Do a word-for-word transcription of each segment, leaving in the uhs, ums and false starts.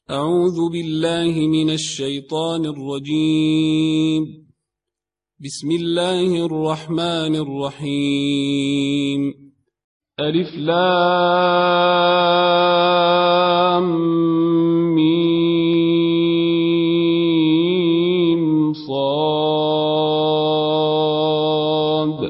أعوذ بالله من الشيطان الرجيم. بسم الله الرحمن الرحيم. ألف لام ميم صاد.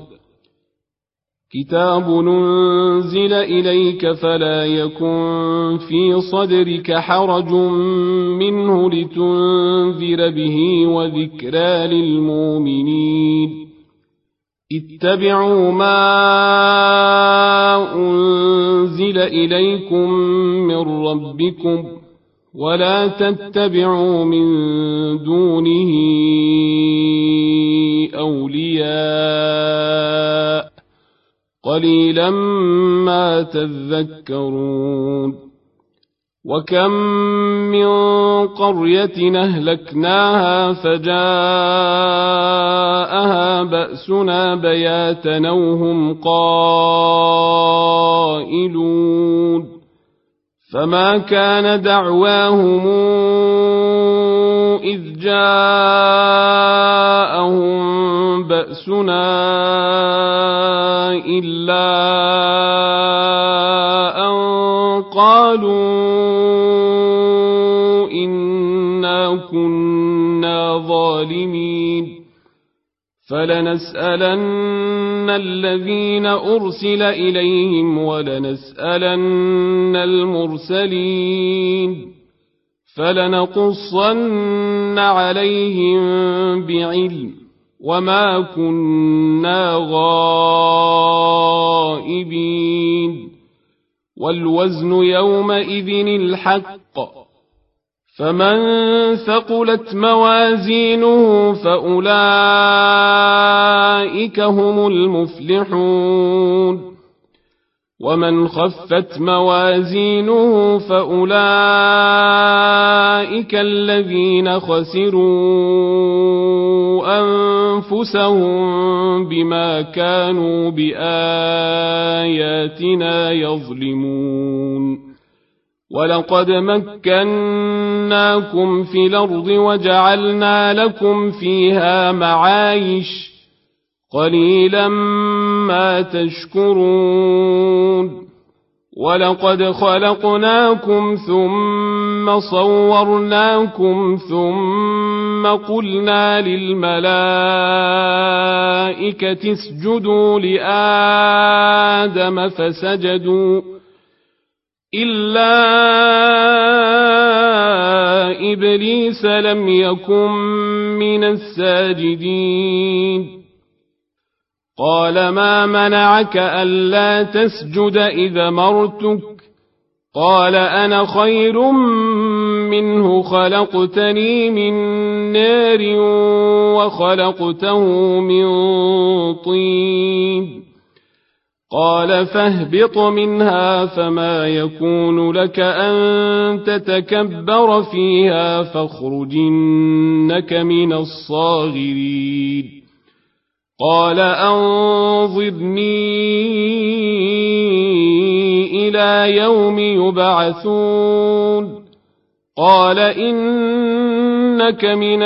كتاب أنزل إليك فلا يكن في صدرك حرج منه لتنذر به وذكرى للمؤمنين. اتبعوا ما أنزل إليكم من ربكم ولا تتبعوا من دونه أولياء قليلا ما تذكرون. وكم من قرية أهلكناها فجاءها بأسنا بياتا وهم قائلون. فما كان دعواهم إذ جاءهم بأسنا إلا أن قالوا إنا كنا ظالمين. فلنسألن الذين أرسل إليهم ولنسألن المرسلين فلنقصن عليهم بعلم وما كنا غائبين. والوزن يومئذ الحق فمن ثقلت موازينه فأولئك هم المفلحون. ومن خفت موازينه فأولئك الذين خسروا أنفسهم بما كانوا بآياتنا يظلمون. ولقد مكناكم في الأرض وجعلنا لكم فيها معايش قليلا ما تشكرون. ولقد خلقناكم ثم صورناكم ثم قلنا للملائكة اسجدوا لآدم فسجدوا إلا إبليس لم يكن من الساجدين. قال ما منعك ألا تسجد إذا مرتك؟ قال أنا خير منه خلقتني من نار وخلقته من طين. قال فاهبط منها فما يكون لك أن تتكبر فيها فاخرج إنك من الصاغرين. قال أنظرني إلى يوم يبعثون. قال إنك من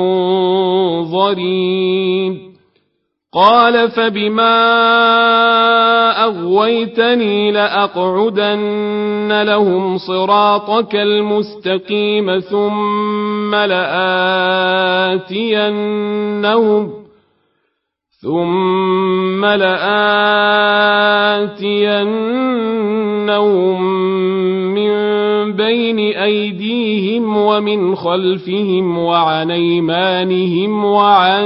المنظرين. قال فبما أغويتني لأقعدن لهم صراطك المستقيم ثم لآتينهم ثم لآتينهم من بين أيديهم ومن خلفهم وعن أيمانهم وعن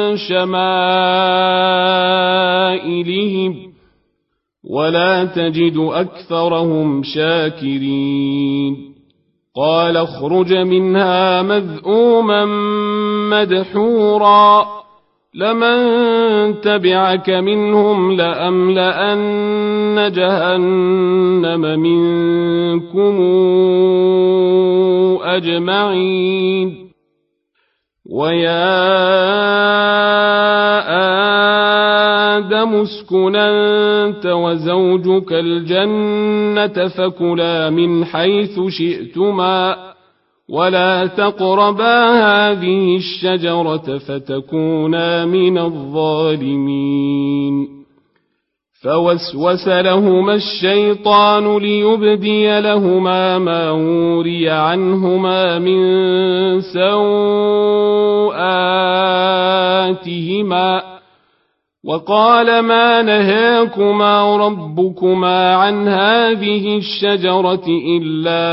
شمائلهم ولا تجد أكثرهم شاكرين. قال اخرج منها مذءوما مدحورا لمن تبعك منهم لأملأن جهنم منكم أجمعين. ويا آدم اسكن أنت وزوجك الجنة فكلا من حيث شئتما ولا تقربا هذه الشجرة فتكونا من الظالمين فوسوس لهما الشيطان ليبدي لهما ما وري عنهما من سوآتهما وقال ما نهاكما ربكما عن هذه الشجرة إلا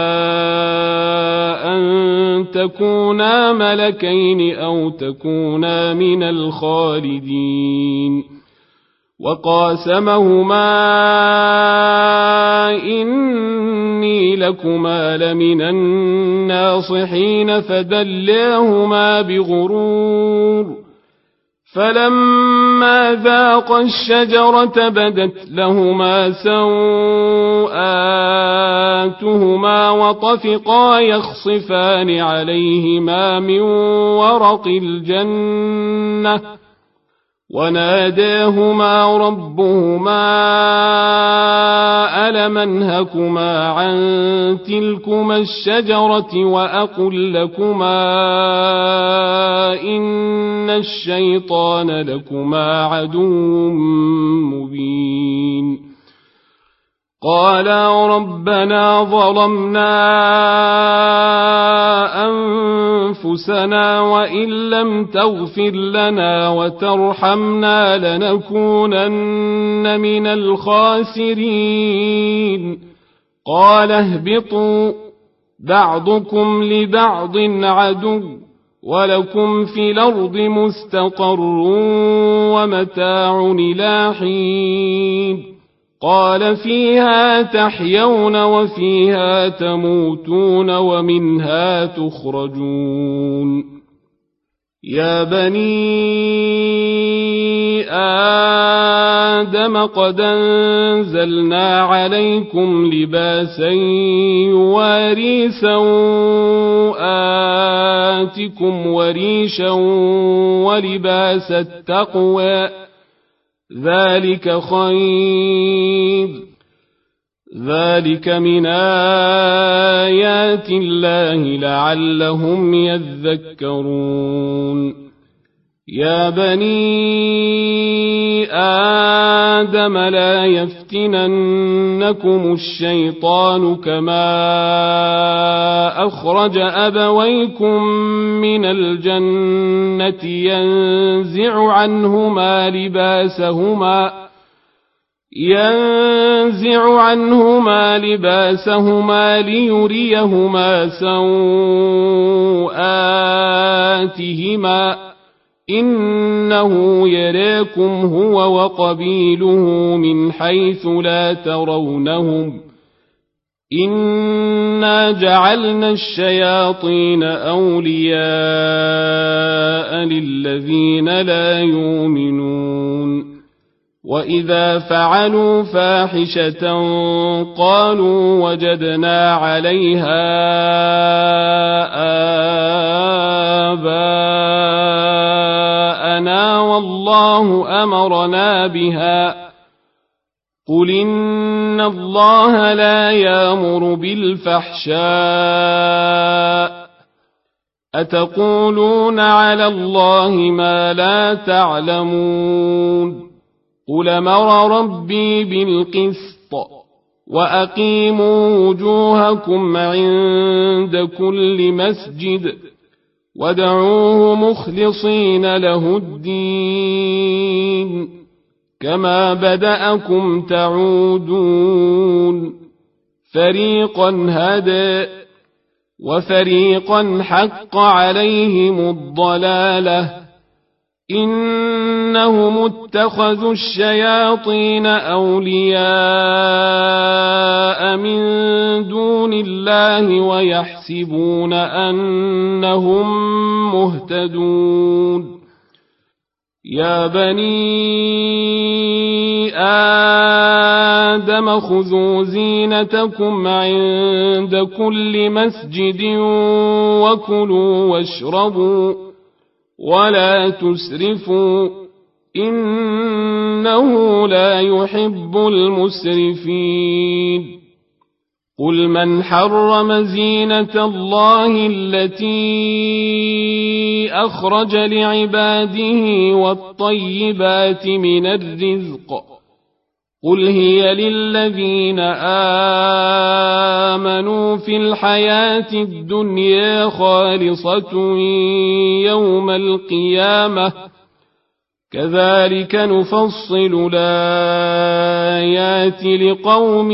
أن تكونا ملكين أو تكونا من الخالدين وقاسمهما إني لكما لمن الناصحين فدلاهما بغرور فلما ذاقا الشجرة بدت لهما سوآتهما وطفقا يخصفان عليهما من ورق الجنة وناداهما ربهما ألم أنهكما عن تلكما الشجرة وأقل لكما إن الشيطان لكما عدو مبين قالا ربنا ظلمنا أنفسنا وإن لم تغفر لنا وترحمنا لنكونن من الخاسرين قال اهبطوا بعضكم لبعض عدو ولكم في الأرض مستقر ومتاع إلى حين قال فيها تحيون وفيها تموتون ومنها تخرجون يا بني آدم قد أنزلنا عليكم لباسا يواري سوآتكم وريشا ولباس التقوى ذلك خير ذلك من آيات الله لعلهم يذكرون يا بني آدم لا يفتننكم الشيطان كما أخرج أبويكم من الجنة ينزع عنهما لباسهما ينزع عنهما لباسهما ليريهما سوآتهما إنه يراكم هو وقبيله من حيث لا ترونهم إنا جعلنا الشياطين أولياء للذين لا يؤمنون وإذا فعلوا فاحشة قالوا وجدنا عليها آباءنا والله أمرنا بها قل إن الله لا يأمر بالفحشاء أتقولون على الله ما لا تعلمون قل أمر ربي بالقسط وأقيموا وجوهكم عند كل مسجد وادعوه مخلصين له الدين كما بدأكم تعودون فريقا هدى وفريقا حق عليهم الضلالة إنهم اتخذوا الشياطين أولياء من دون الله ويحسبون أنهم مهتدون يا بني آدم خذوا زينتكم عند كل مسجد وكلوا واشربوا ولا تسرفوا إنه لا يحب المسرفين قل من حرم زينة الله التي أخرج لعباده والطيبات من الرزق قل هي للذين آمنوا في الحياة الدنيا خالصة يوم القيامة كذلك نفصل الآيات لقوم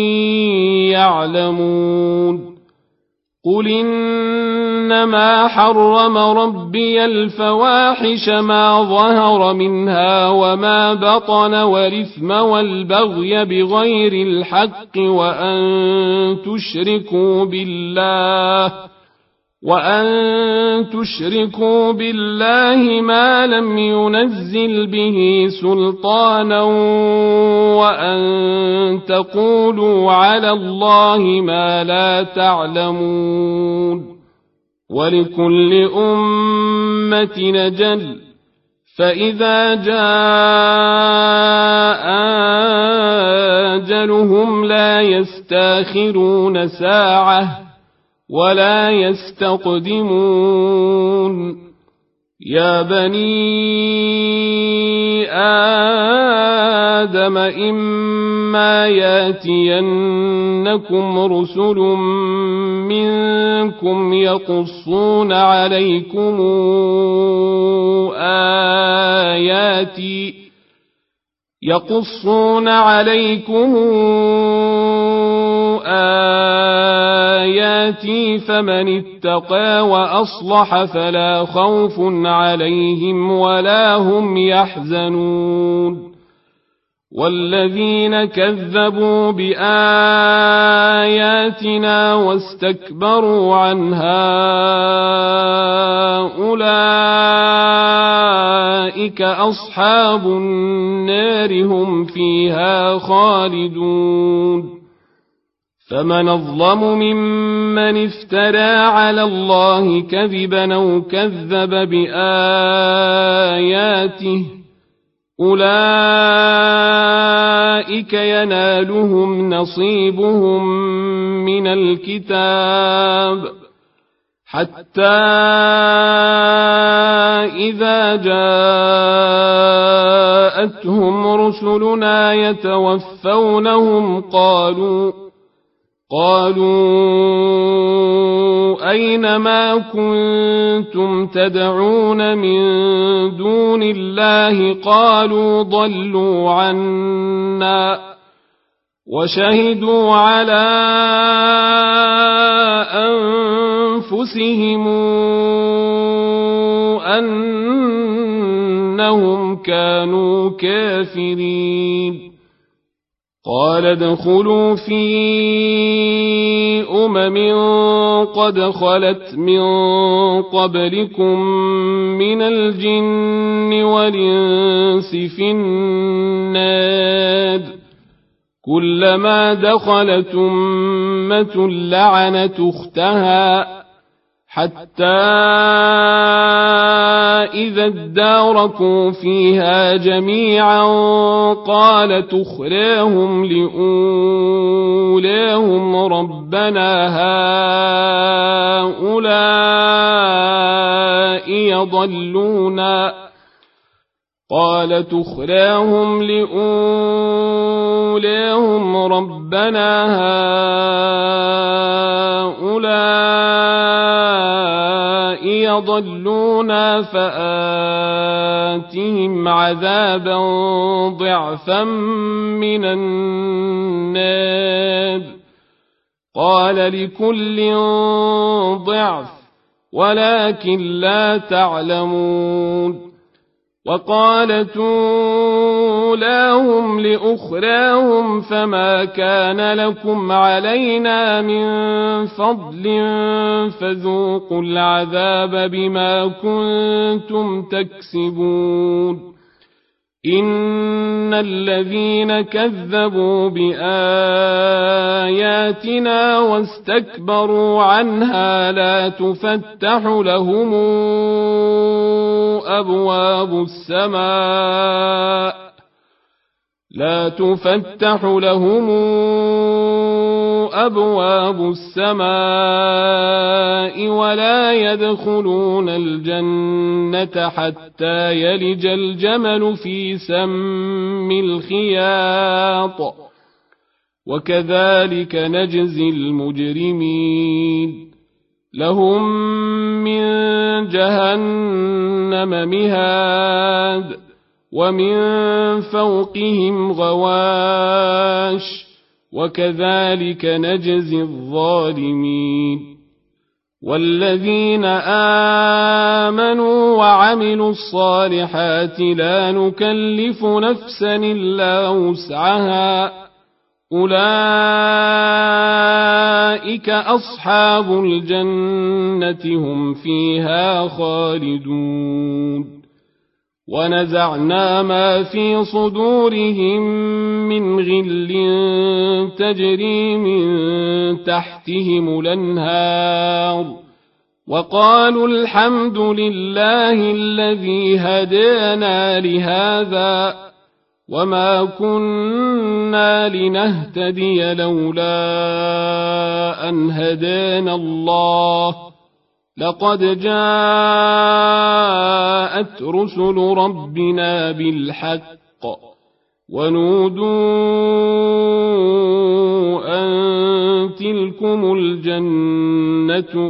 يعلمون قل إنما حرم ربي الفواحش ما ظهر منها وما بطن والإثم والبغي بغير الحق وأن تشركوا بالله وأن تشركوا بالله ما لم ينزل به سلطانا وأن تقولوا على الله ما لا تعلمون ولكل أمة نجل فإذا جاء أجلهم لا يستاخرون ساعة ولا يستقدمون يا بني آدم إما ياتينكم رسل منكم يقصون عليكم آياتي يقصون عليكم آياتي فمن اتقى وأصلح فلا خوف عليهم ولا هم يحزنون والذين كذبوا بآياتنا واستكبروا عنها أولئك أصحاب النار هم فيها خالدون فمن أظلم ممن افترى على الله كذبا أو كذب بآياته أولئك ينالهم نصيبهم من الكتاب حتى إذا جاءتهم رسلنا يتوفونهم قالوا قالوا أين ما كنتم تدعون من دون الله قالوا ضلوا عنا وشهدوا على أنفسهم أنهم كانوا كافرين قال ادخلوا في أمم قد خلت من قبلكم من الجن والإنس في النار كلما دخلت أمة لعنت أختها حتى إذا اداركوا فيها جميعا قالت أخراهم لأولاهم ربنا هؤلاء يضلونا قالت أخراهم لأولاهم ربنا هؤلاء يضلونا فآتهم عذابا ضعفا من النار قال لكل ضعف ولكن لا تعلمون وقالت أولاهم لأخراهم فما كان لكم علينا من فضل فذوقوا العذاب بما كنتم تكسبون إن الذين كذبوا بآياتنا واستكبروا عنها لا تفتح لهم أبواب السماء لا تفتح لهم أبواب السماء ولا يدخلون الجنة حتى يلج الجمل في سم الخياط وكذلك نجزي المجرمين لهم من جهنم مهاد ومن فوقهم غواش وكذلك نجزي الظالمين والذين آمنوا وعملوا الصالحات لا نكلف نفسا إلا وسعها أولئك أصحاب الجنة هم فيها خالدون ونزعنا ما في صدورهم من غل تجري من تحتهم الأنهار وقالوا الحمد لله الذي هدانا لهذا وما كنا لنهتدي لولا أن هدانا الله لقد جاءت رسل ربنا بالحق ونودوا أن تلكم الجنة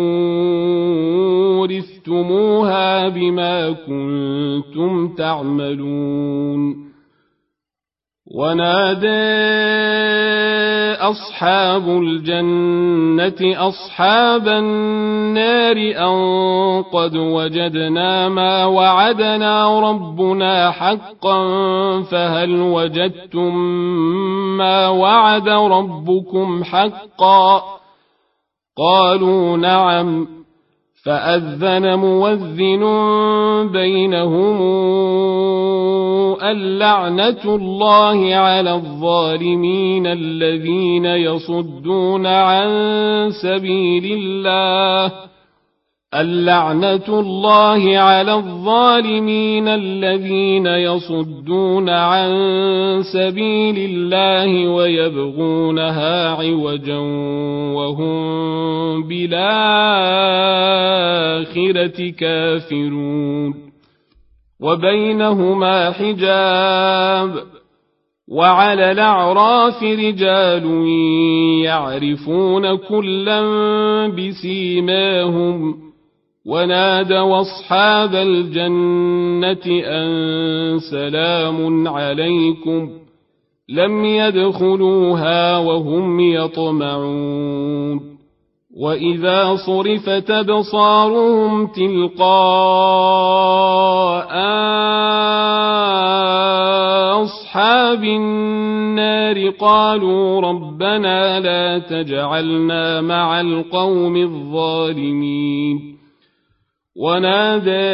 أورثتموها بما كنتم تعملون ونادى أصحاب الجنة أصحاب النار أن قد وجدنا ما وعدنا ربنا حقا فهل وجدتم ما وعد ربكم حقا قالوا نعم فأذن مؤذن بينهم اللعنة الله على الظالمين الذين يصدون عن سبيل الله اللعنة الله على الظالمين الذين يصدون عن سبيل الله ويبغونها عوجا وهم بالآخرة كافرون وبينهما حجاب وعلى الأعراف رجال يعرفون كلا بسيماهم ونادوا أصحاب الجنة أن سلام عليكم لم يدخلوها وهم يطمعون وإذا صرفت أبصارهم تلقاء أصحاب النار قالوا ربنا لا تجعلنا مع القوم الظالمين ونادى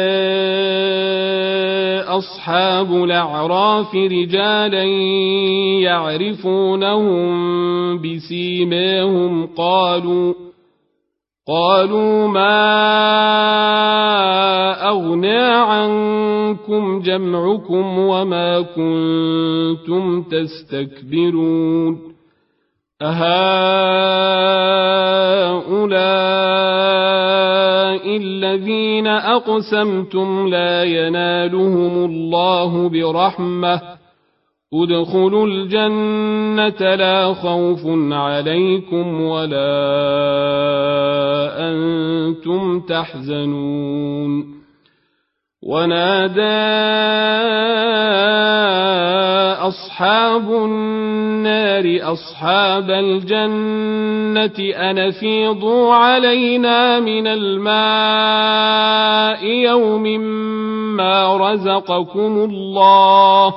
أصحاب الأعراف رجالا يعرفونهم بسيماهم قالوا قالوا ما أغنى عنكم جمعكم وما كنتم تستكبرون أهؤلاء الذين أقسمتم لا ينالهم الله برحمة ادخلوا الجنة لا خوف عليكم ولا أنتم تحزنون ونادى أصحاب النار أصحاب الجنة أن أفيضوا علينا من الماء يوم ما رزقكم الله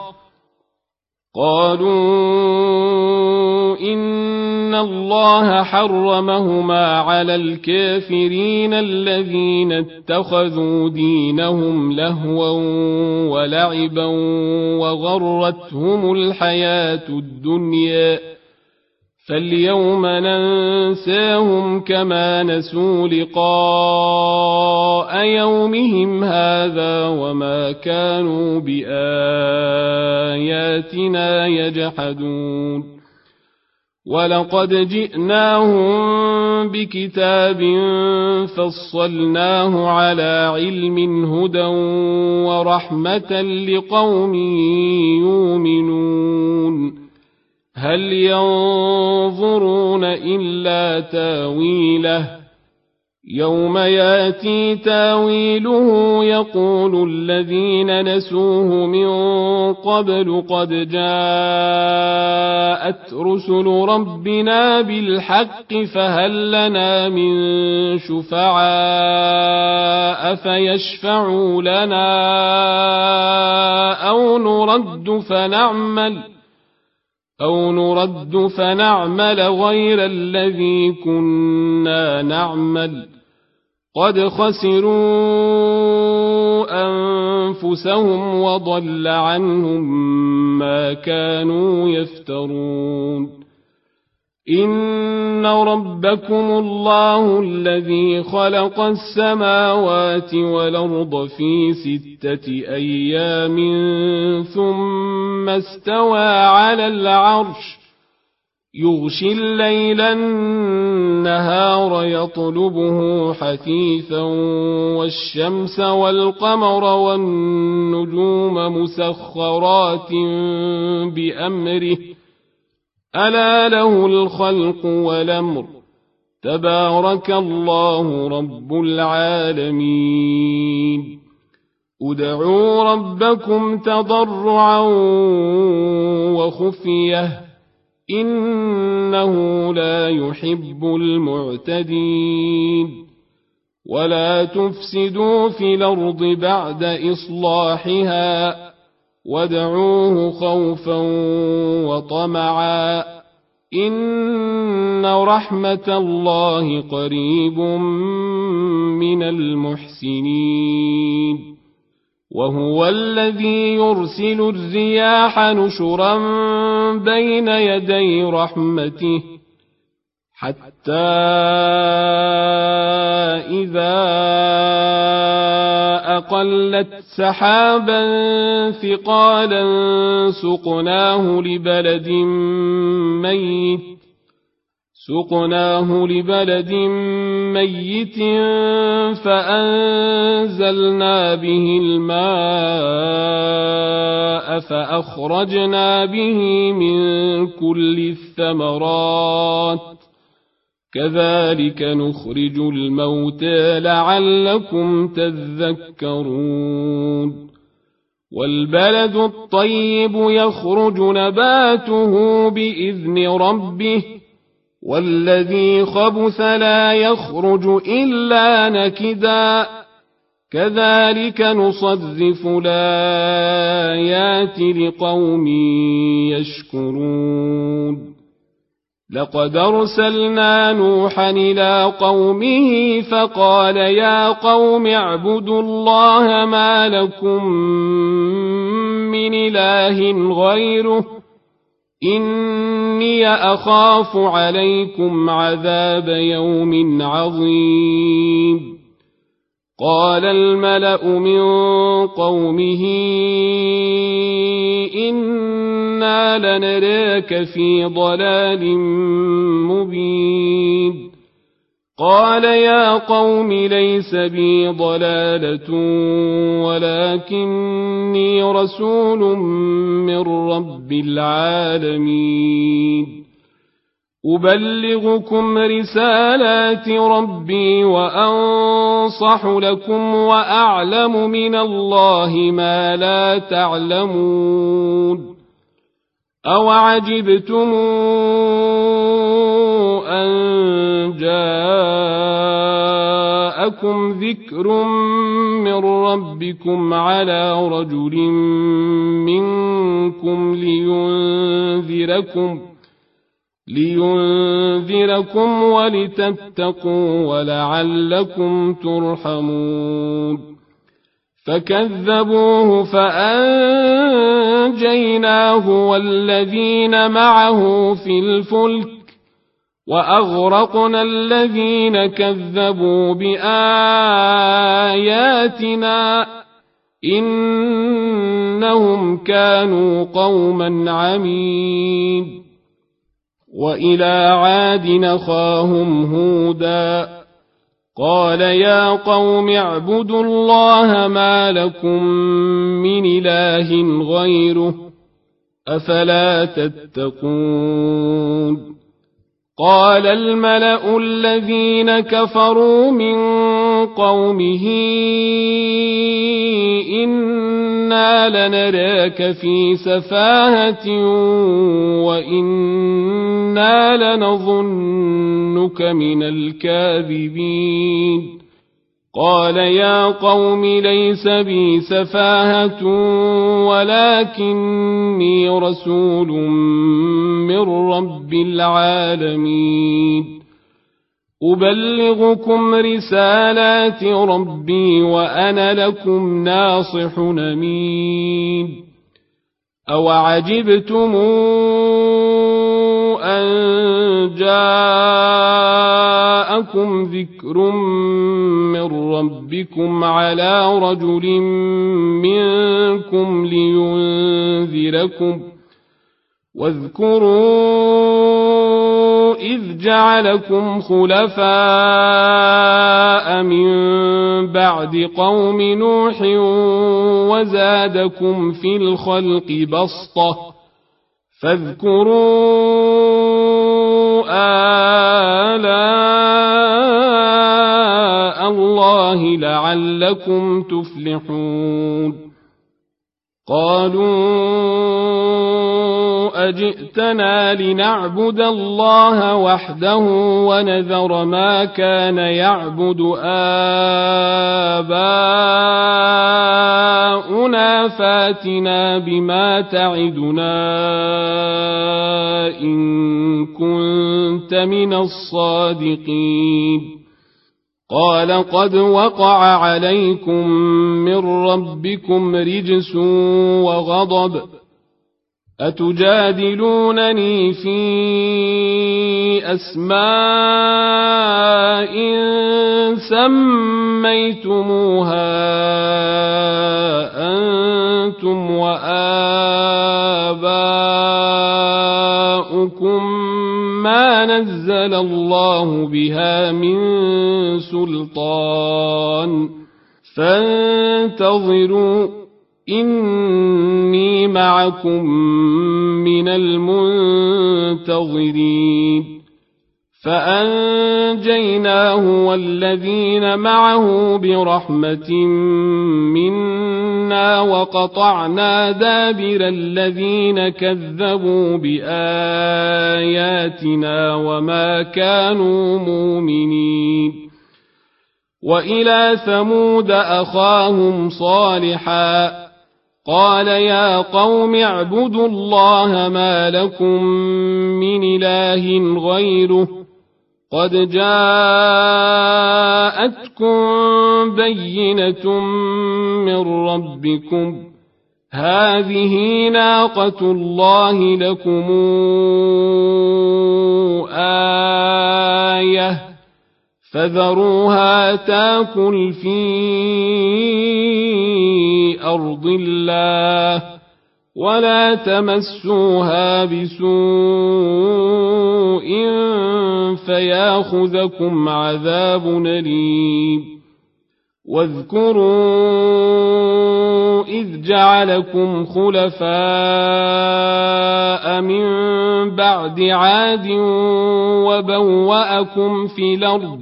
قالوا إن الله حرمهما على الكافرين الذين اتخذوا دينهم لهوا ولعبا وغرتهم الحياة الدنيا فاليوم ننساهم كما نسوا لقاء يومهم هذا وما كانوا بآياتنا يجحدون ولقد جئناهم بكتاب فصلناه على علم هدى ورحمة لقوم يؤمنون هل ينظرون إلا تاويله يوم ياتي تاويله يقول الذين نسوه من قبل قد جاءت رسل ربنا بالحق فهل لنا من شفعاء فيشفعوا لنا أو نرد فنعمل أو نرد فنعمل غير الذي كنا نعمل قد خسروا أنفسهم وضل عنهم ما كانوا يفترون إن ربكم الله الذي خلق السماوات والأرض في ستة أيام ثم استوى على العرش يغشي الليل النهار يطلبه حثيثا والشمس والقمر والنجوم مسخرات بأمره ألا له الخلق والأمر تبارك الله رب العالمين ادعوا ربكم تضرعا وخفية إنه لا يحب المعتدين ولا تفسدوا في الأرض بعد إصلاحها وادعوه خوفا وطمعا إن رحمة الله قريب من المحسنين وهو الذي يرسل الرياح نشرا بين يدي رحمته حتى إذا أقلت سحابا ثقالا سقناه لبلد ميت سقناه لبلد ميت فأنزلنا به الماء فأخرجنا به من كل الثمرات كذلك نخرج الموتى لعلكم تذكرون والبلد الطيب يخرج نباته بإذن ربه والذي خبث لا يخرج إلا نكدا كذلك نصرف الآيات لقوم يشكرون لقد أرسلنا نوحا إلى قومه فقال يا قوم اعبدوا الله ما لكم من إله غيره إني أخاف عليكم عذاب يوم عظيم قال الملأ من قومه إنا لنراك في ضلال مبين قال يا قوم ليس بي ضلالة ولكني رسول من رب العالمين أبلغكم رسالات ربي وأنصح لكم وأعلم من الله ما لا تعلمون أوعجبتم أن جاءكم ذكر من ربكم على رجل منكم لينذركم لينذركم ولتتقوا ولعلكم ترحمون فكذبوه فأنجيناه والذين معه في الفلك وأغرقنا الذين كذبوا بآياتنا إنهم كانوا قوما عمين وإلى عاد أخاهم هودا قال يا قوم اعبدوا الله ما لكم من إله غيره أفلا تتقون قال الملأ الذين كفروا من قومه إنا لنراك في سفاهة وإنا لنظنك من الكاذبين قال يا قوم ليس بي سفاهة ولكني رسول من رب العالمين أبلغكم رسالات ربي وأنا لكم ناصح أمين أوعجبتم أن جاءكم ذكر من ربكم على رجل منكم لينذركم واذكروا إذ جعلكم خلفاء من بعد قوم نوح وزادكم في الخلق بسطة فاذكروا آلاء الله لعلكم تفلحون قالوا أجئتنا لنعبد الله وحده ونذر ما كان يعبد آباؤنا فاتنا بما تعدنا إن كنت من الصادقين قال قد وقع عليكم من ربكم رجس وغضب أتجادلونني في أسماء سميتموها أنتم وآباؤكم ما نزل الله بها من سلطان فانتظروا إني معكم من المنتظرين فأنجيناه والذين معه برحمة منا وقطعنا دابر الذين كذبوا بآياتنا وما كانوا مؤمنين وإلى ثمود أخاهم صالحا قال يا قوم اعبدوا الله ما لكم من إله غيره قد جاءتكم بينة من ربكم هذه ناقة الله لكم آية فذروها تاكل في أرض الله ولا تمسوها بسوء فياخذكم عذاب أليم واذكروا إذ جعلكم خلفاء من بعد عاد وبوأكم في الأرض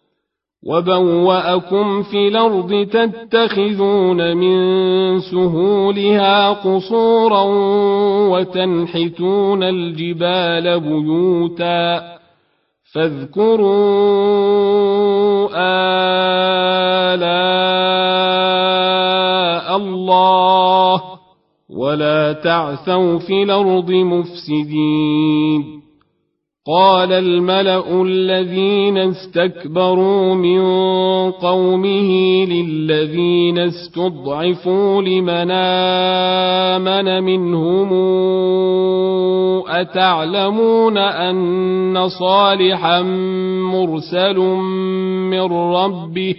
وبوأكم في الأرض تتخذون من سهولها قصورا وتنحتون الجبال بيوتا فاذكروا آلاء الله ولا تعثوا في الأرض مفسدين قال الملأ الذين استكبروا من قومه للذين استضعفوا لمن آمن منهم أتعلمون أن صالحا مرسل من ربه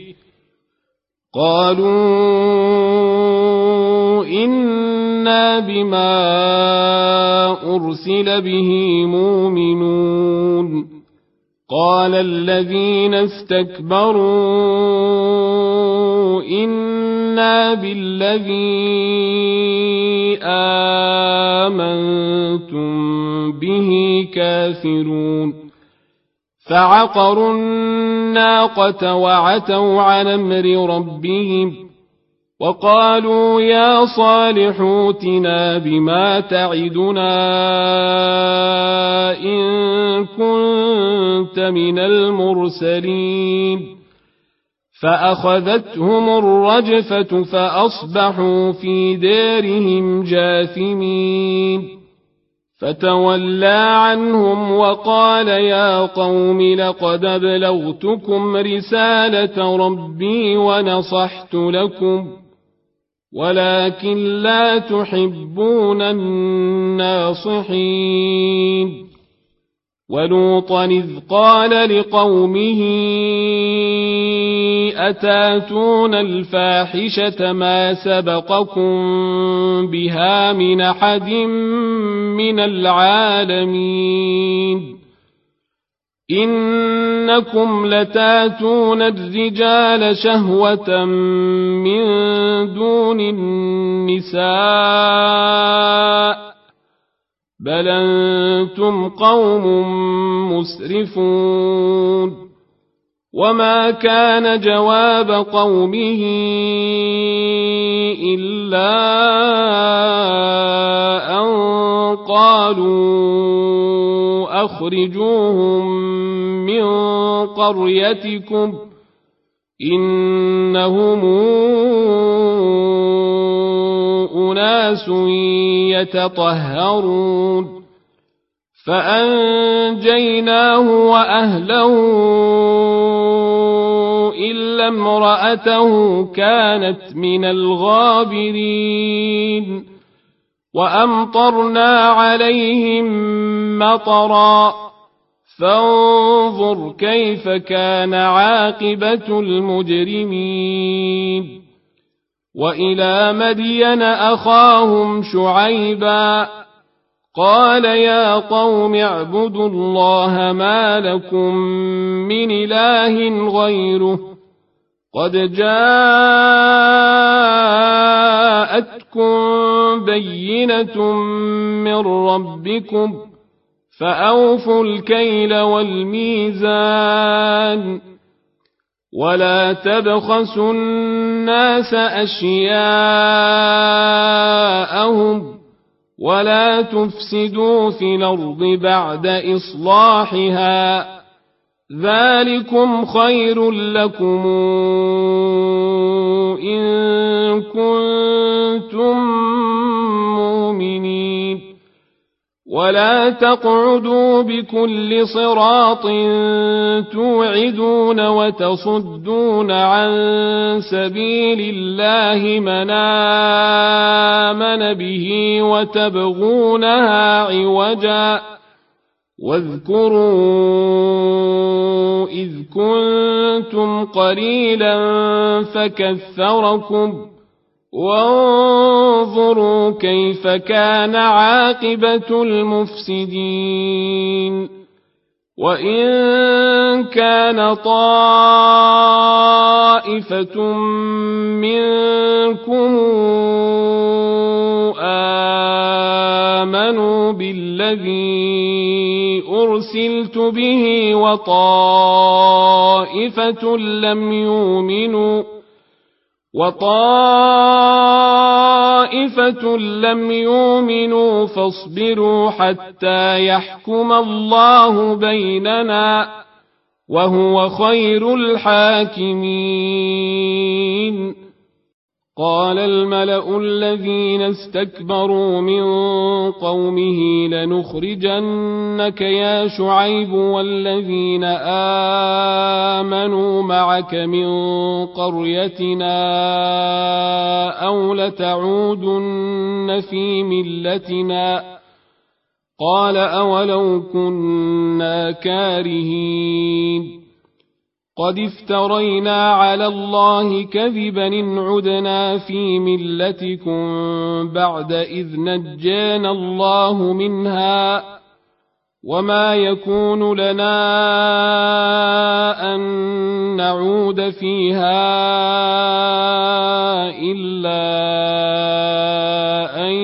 قالوا إنا بما أرسل به مؤمنون قال الذين استكبروا إنا بالذي آمنتم به كافرون فعقروا الناقة وعتوا عن أمر ربهم وقالوا يا صالح ائتنا بما تعدنا إن كنت من المرسلين فأخذتهم الرجفة فأصبحوا في دارهم جاثمين فتولى عنهم وقال يا قوم لقد أبلغتكم رسالة ربي ونصحت لكم ولكن لا تحبون الناصحين ولوطا إذ قال لقومه أتاتون الفاحشة ما سبقكم بها من أحد من العالمين إنكم لتاتون الرجال شهوة من دون النساء بل أنتم قوم مسرفون وما كان جواب قومه إلا أن قالوا أخرجوهم من قريتكم إنهم أناس يتطهرون فأنجيناه وأهله إلا امرأته كانت من الغابرين وأمطرنا عليهم مطرا فانظر كيف كان عاقبة المجرمين وإلى مدين أخاهم شعيبا قال يا قوم اعبدوا الله ما لكم من إله غيره قد جاءتكم بينة من ربكم فأوفوا الكيل والميزان ولا تبخسوا الناس أشياءهم ولا تفسدوا في الأرض بعد إصلاحها ذلكم خير لكم إن كنتم مؤمنين ولا تقعدوا بكل صراط توعدون وتصدون عن سبيل الله من آمن به وتبغونها عوجا واذكروا إذ كنتم قليلا فكثركم وانظروا كيف كان عاقبة المفسدين وإن كان طائفة منكم آمنوا بالذي أرسلت به وطائفة لم يؤمنوا وطائفة لم يؤمنوا فاصبروا حتى يحكم الله بيننا وهو خير الحاكمين قال الملأ الذين استكبروا من قومه لنخرجنك يا شعيب والذين آمنوا معك من قريتنا أو لتعودن في ملتنا قال أولو كنا كارهين قد افترينا على الله كذبا إن عدنا في ملتكم بعد إذ نجانا الله منها وما يكون لنا أن نعود فيها إلا أن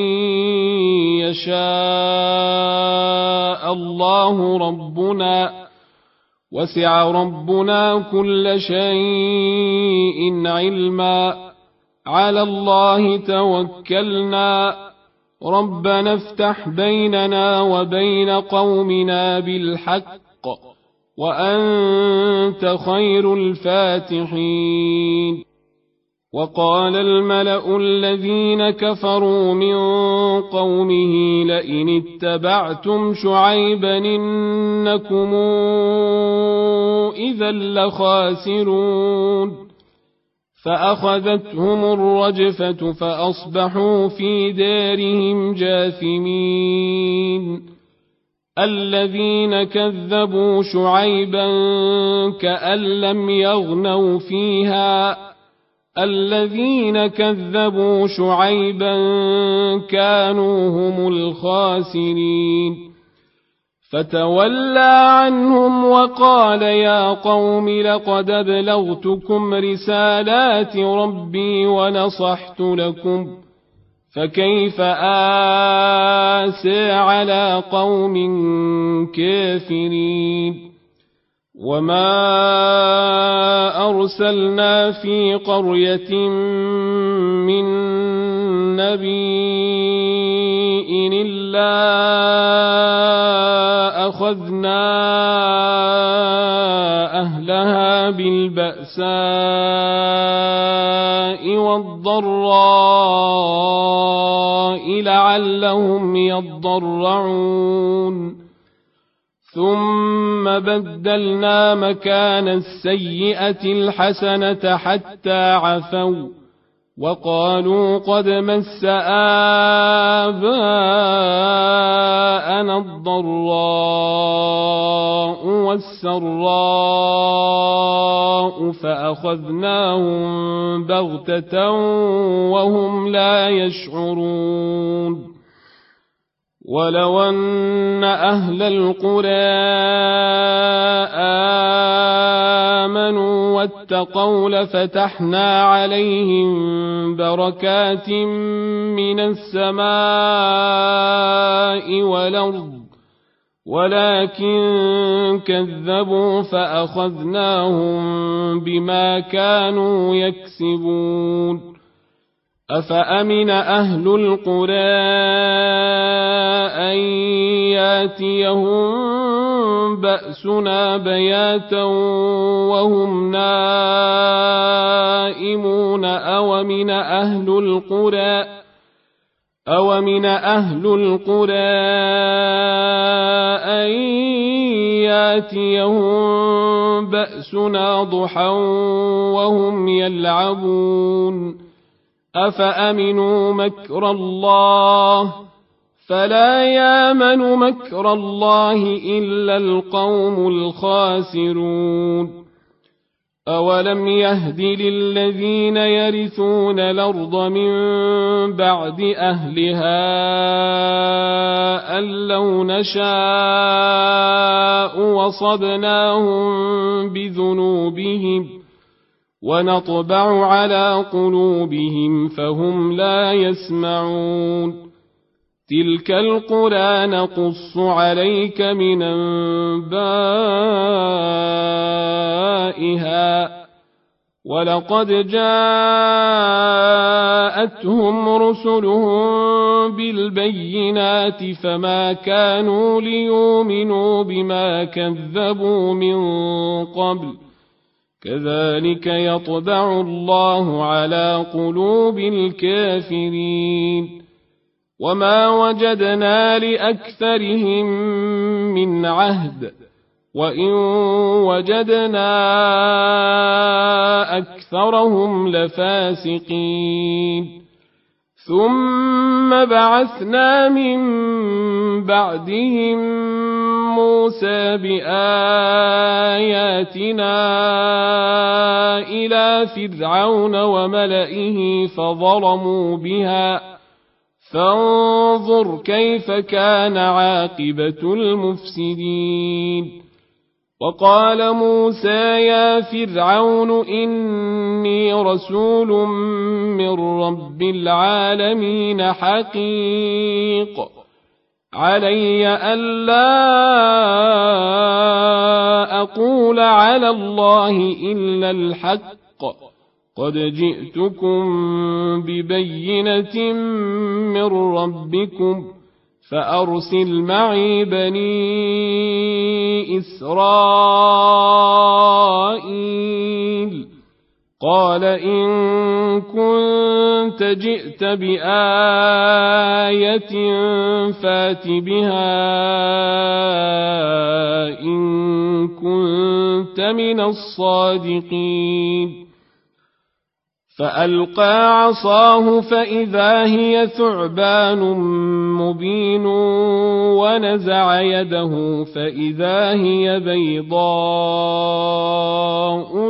يشاء الله ربنا وسع ربنا كل شيء علما على الله توكلنا ربنا افتح بيننا وبين قومنا بالحق وأنت خير الفاتحين وقال الملأ الذين كفروا من قومه لئن اتبعتم شعيبا إنكم إذا لخاسرون فأخذتهم الرجفة فأصبحوا في دارهم جاثمين الذين كذبوا شعيبا كأن لم يغنوا فيها الذين كذبوا شعيبا كانوا هم الخاسرين فتولى عنهم وقال يا قوم لقد أبلغتكم رسالات ربي ونصحت لكم فكيف آسى على قوم كافرين وما أرسلنا في قرية من نبي إلا أخذنا أهلها بالبأساء والضراء لعلهم يضرعون ثم بدلنا مكان السيئة الحسنة حتى عفوا وقالوا قد مس آباءنا الضراء والسراء فأخذناهم بغتة وهم لا يشعرون ولو أن أهل القرى آمنوا واتقوا لفتحنا عليهم بركات من السماء والأرض ولكن كذبوا فأخذناهم بما كانوا يكسبون أفأمن أهل القرى أن ياتيهم بأسنا بياتا وهم نائمون أومن أهل القرى أومن أهل القرى أن ياتيهم بأسنا ضحى وهم يلعبون أفأمنوا مكر الله فلا يامن مكر الله إلا القوم الخاسرون أولم يهد للذين يرثون الأرض من بعد أهلها أن لو نشاء وصبناهم بذنوبهم ونطبع على قلوبهم فهم لا يسمعون تلك القرى نقص عليك من أنبائها ولقد جاءتهم رسلهم بالبينات فما كانوا ليؤمنوا بما كذبوا من قبل كذلك يطبع الله على قلوب الكافرين وما وجدنا لأكثرهم من عهد وإن وجدنا أكثرهم لفاسقين ثم بعثنا من بعدهم موسى بآياتنا إلى فرعون وملئه فظلموا بها فانظر كيف كان عاقبة المفسدين وقال موسى يا فرعون إني رسول من رب العالمين حقيق علي ألا أقول على الله إلا الحق قد جئتكم ببينة من ربكم فأرسل معي بني إسرائيل قال إن كنت جئت بآية فات بها إن كنت من الصادقين فألقى عصاه فإذا هي ثعبان مبين ونزع يده فإذا هي بيضاء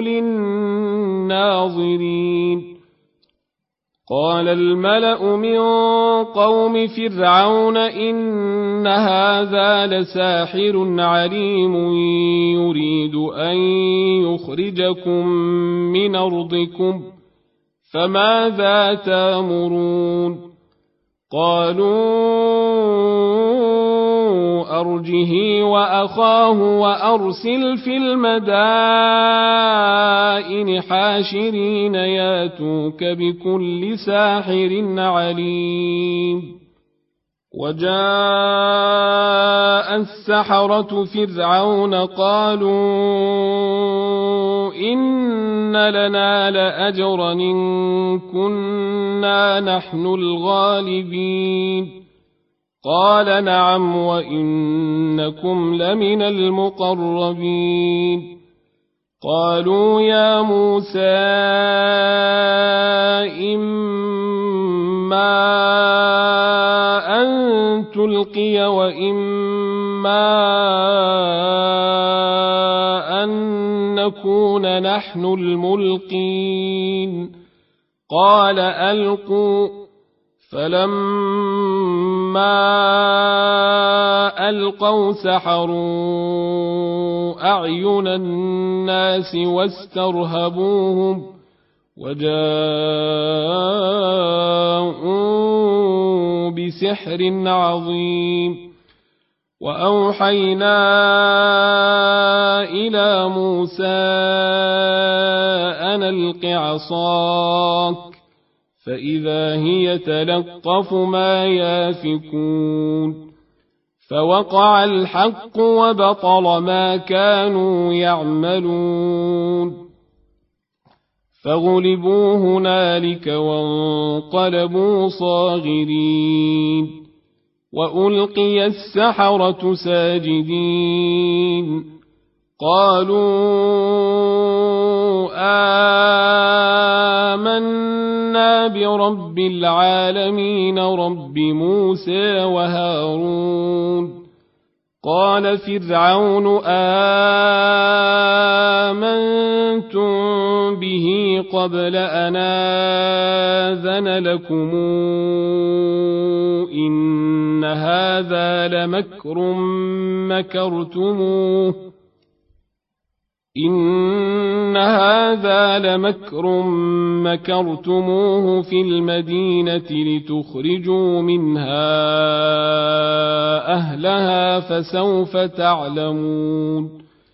للناظرين قال الملأ من قوم فرعون إن هذا لساحر عليم يريد أن يخرجكم من أرضكم فماذا تامرون قالوا أرجه وأخاه وأرسل في المدائن حاشرين ياتوك بكل ساحر عليم وجاء السحرة فرعون قالوا إن لنا لأجرا إن كنا نحن الغالبين قال نعم وإنكم لمن المقربين قالوا يا موسى إما أن تلقي وإما أن نكون نحن الملقين قال ألقوا فلما ألقوا سحروا أعين الناس واسترهبوهم وجاءوا بسحر عظيم وأوحينا إلى موسى أن ألق عصاك فإذا هي تلقف ما يافكون فوقع الحق وبطل ما كانوا يعملون فغلبوا هنالك وانقلبوا صاغرين وألقي السحرة ساجدين قالوا آمنا برب العالمين رب موسى وهارون قال فرعون آمنتم به قبل أن آذن لكم إن هذا لمكر مكرتموه إن هذا لمكر مكرتموه في المدينة لتخرجوا منها أهلها فسوف تعلمون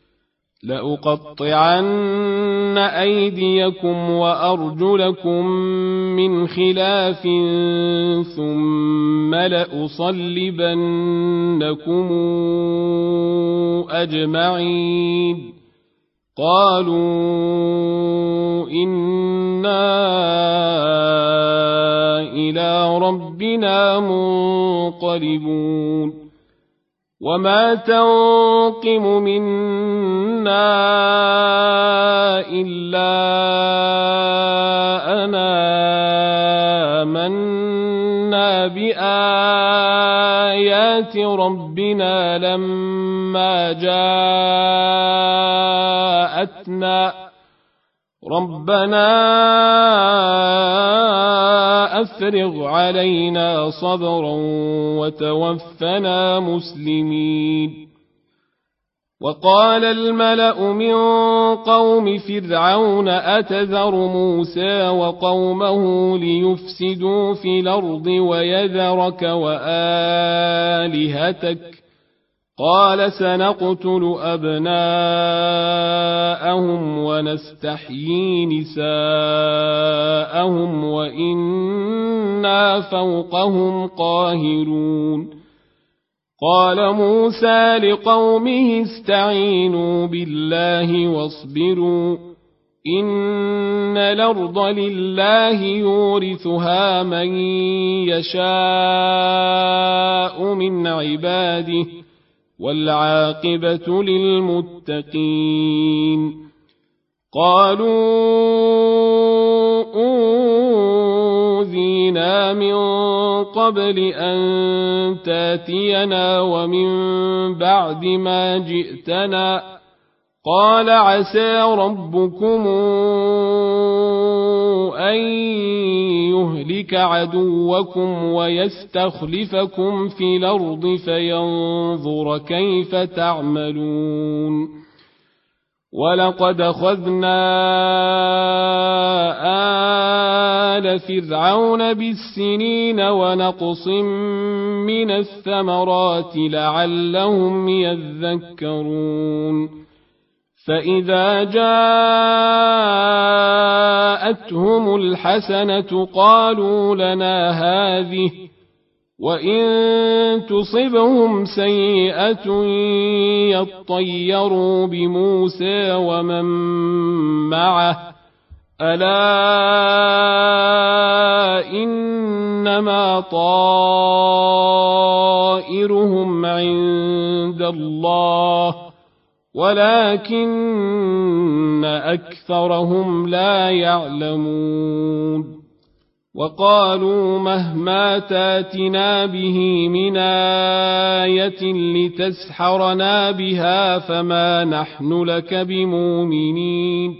لأقطعن أيديكم وأرجلكم من خلاف ثم لأصلبنكم أجمعين قالوا إنا إلى ربنا منقلبون وما تنقم منا إلا أنا آمنا بآيات ربنا لما جاءتنا ربنا أفرغ علينا صبرا وتوفنا مسلمين. وقال الملأ من قوم فرعون أتذر موسى وقومه ليفسدوا في الأرض ويذرك وآلهتك قال سنقتل أبناءهم ونستحيي نساءهم وإنا فوقهم قاهرون. قال موسى لقومه استعينوا بالله واصبروا إن الأرض لله يورثها من يشاء من عباده والعاقبة للمتقين. قالوا أوذينا من قبل أن تاتينا ومن بعد ما جئتنا قال عسى ربكم أن يهلك عدوكم ويستخلفكم في الأرض فينظر كيف تعملون. ولقد أخذنا آل فرعون بالسنين ونقص من الثمرات لعلهم يذكرون. فإذا جاءتهم الحسنة قالوا لنا هذه وإن تصبهم سيئة يطيروا بموسى ومن معه ألا إنما طائرهم عند الله ولكن أكثرهم لا يعلمون. وقالوا مهما تاتنا به من آية لتسحرنا بها فما نحن لك بمؤمنين.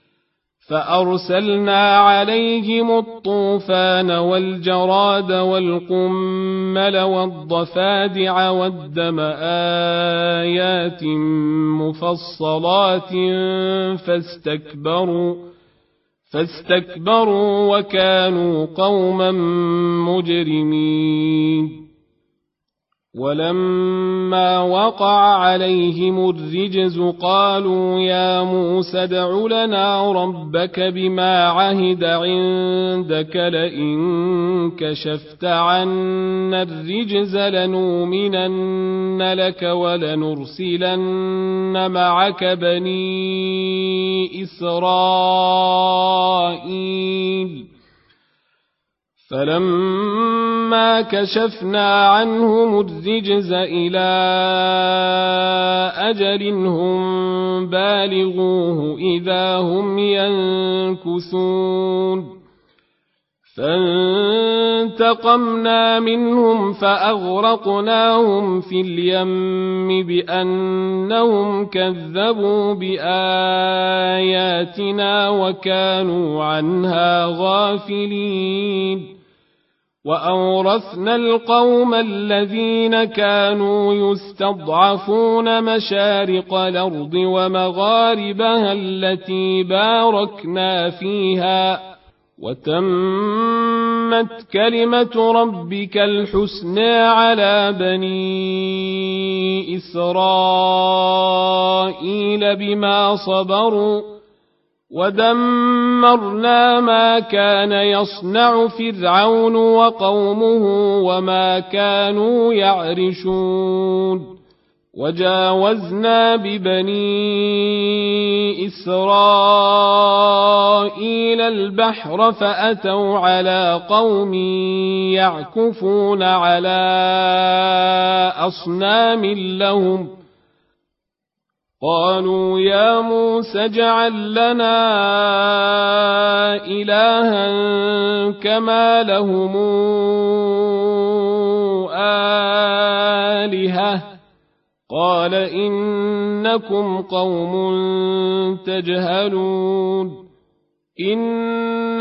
فأرسلنا عليهم الطوفان والجراد والقمل والضفادع والدم آيات مفصلات فاستكبروا فاستكبروا وكانوا قوما مجرمين. ولما وقع عليهم الرجز قالوا يا موسى ادع لنا ربك بما عهد عندك لئن كشفت عنا الرجز لنؤمنن لك ولنرسلن معك بني إسرائيل. فلما كشفنا عنهم الرجز إلى أجل هم بالغوه إذا هم ينكثون. فانتقمنا منهم فأغرقناهم في اليم بأنهم كذبوا بآياتنا وكانوا عنها غافلين. وأورثنا القوم الذين كانوا يستضعفون مشارق الأرض ومغاربها التي باركنا فيها وتمت كلمة ربك الحسنى على بني إسرائيل بما صبروا ودمرنا ما كان يصنع فرعون وقومه وما كانوا يعرشون. وجاوزنا ببني إسرائيل البحر فأتوا على قوم يعكفون على أصنام لهم قالوا يا موسى اجعل لنا إلها كما لهم آلهة قال إنكم قوم تجهلون إن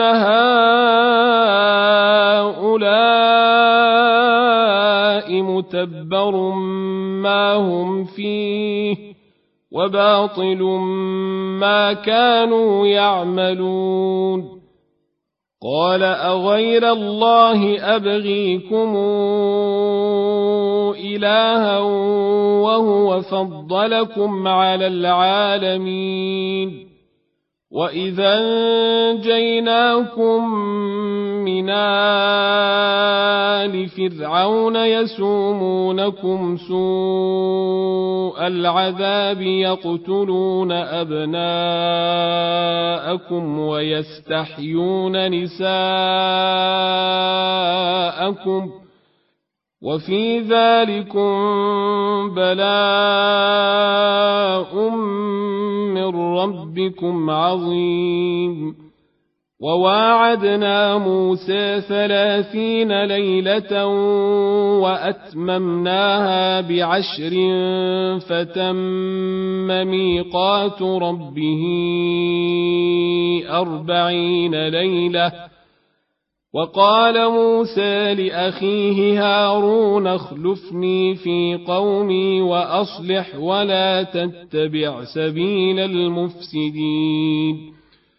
هؤلاء متبر ما هم فيه وباطل ما كانوا يعملون قال أغير الله أبغيكم إلها وهو فضلكم على العالمين وإذا أنجيناكم من آل فرعون يسومونكم سوء العذاب يقتلون أبناءكم ويستحيون نساءكم وفي ذلكم بلاء من ربكم عظيم وواعدنا موسى ثلاثين ليلة وأتممناها بعشر فتم ميقات ربه أربعين ليلة وقال موسى لأخيه هارون اخلفني في قومي وأصلح ولا تتبع سبيل المفسدين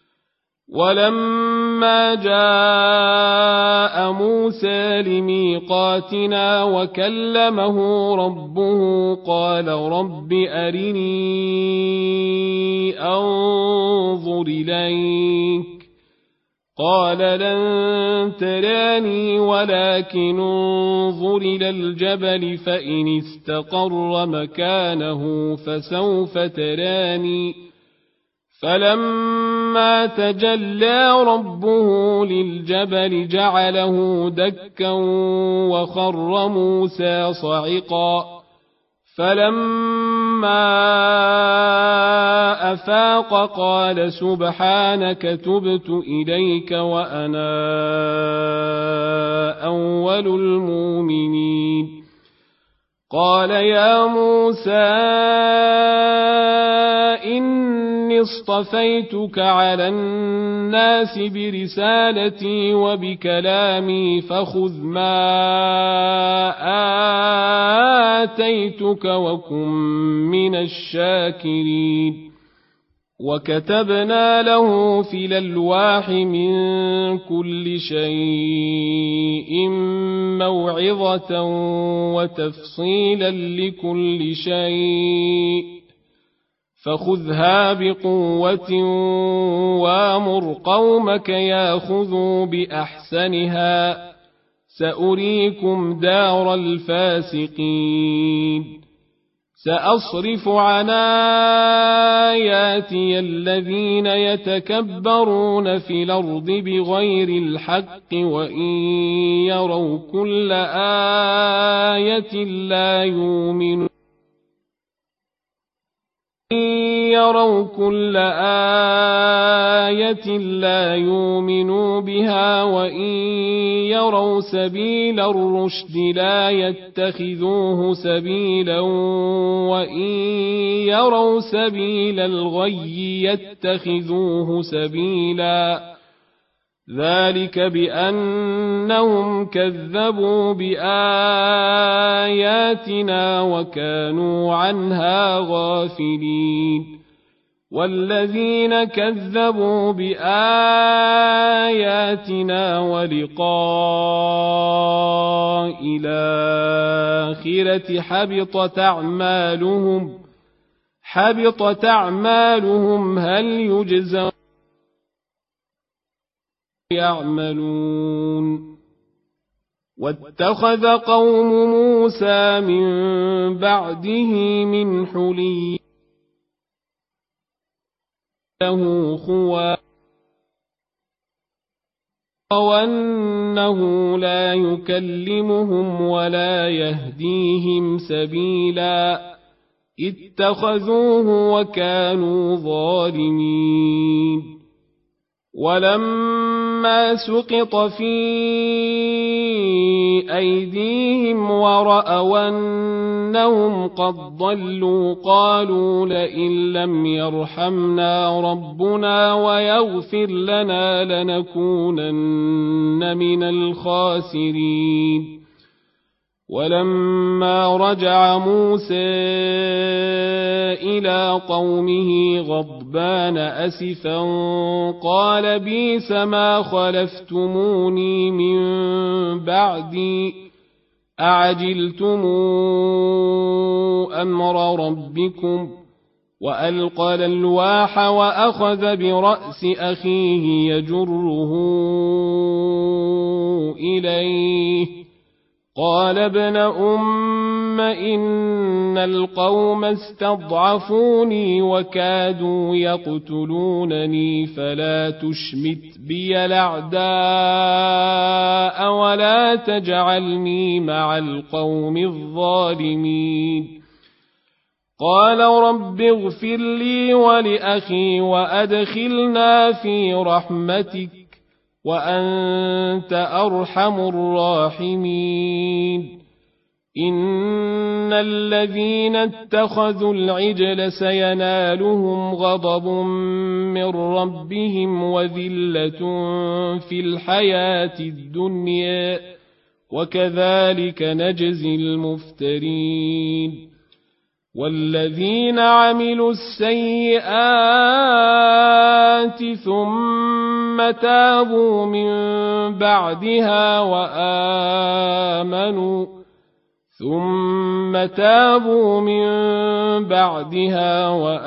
ولما جاء موسى لميقاتنا وكلمه ربه قال رب أرني أنظر إليك قال لن تراني ولكن انظر إلى الجبل فإن استقر مكانه فسوف تراني فلما تجلى ربه للجبل جعله دكا وخر موسى صعقا فلما أفاق قال سبحانك تبت إليك وأنا أول المؤمنين قال يا موسى إني اصطفيتك على الناس برسالتي وبكلامي فخذ ما آتيتك وكن من الشاكرين وكتبنا له في الألواح من كل شيء موعظة وتفصيلا لكل شيء فخذها بقوة وامر قومك ياخذوا بأحسنها سأريكم دار الفاسقين سأصرف عن آياتي الذين يتكبرون في الأرض بغير الحق وإن يروا كل آية لا يؤمنون يروا كل آية لا يؤمنوا بها وإن يروا سبيل الرشد لا يتخذوه سبيلا وإن يروا سبيل الغي يتخذوه سبيلا ذلك بأنهم كذبوا بآياتنا وكانوا عنها غافلين والذين كذبوا بآياتنا ولقاء الآخرة حبطت أعمالهم حبطت أعمالهم هل يجزون يعملون واتخذ قوم موسى من بعده من حلي له خوى وأنه لا يكلمهم ولا يهديهم سبيلا اتخذوه وكانوا ظالمين ولما سقط في أيديهم ورأوا أنهم قد ضلوا قالوا لئن لم يرحمنا ربنا ويغفر لنا لنكونن من الخاسرين ولما رجع موسى إلى قومه غضبان أسفا قال بئس ما خلفتموني من بعدي أعجلتم أمر ربكم وألقى الألواح وأخذ برأس أخيه يجره إليه قال ابن أم إن القوم استضعفوني وكادوا يقتلونني فلا تشمت بي الأعداء ولا تجعلني مع القوم الظالمين قال رب اغفر لي ولأخي وأدخلنا في رحمتك وأنت أرحم الراحمين إن الذين اتخذوا العجل سينالهم غضب من ربهم وذلة في الحياة الدنيا وكذلك نجزي المفترين والذين عملوا السيئات ثم تابوا من بعدها وآمنوا ثم تابوا من بعدها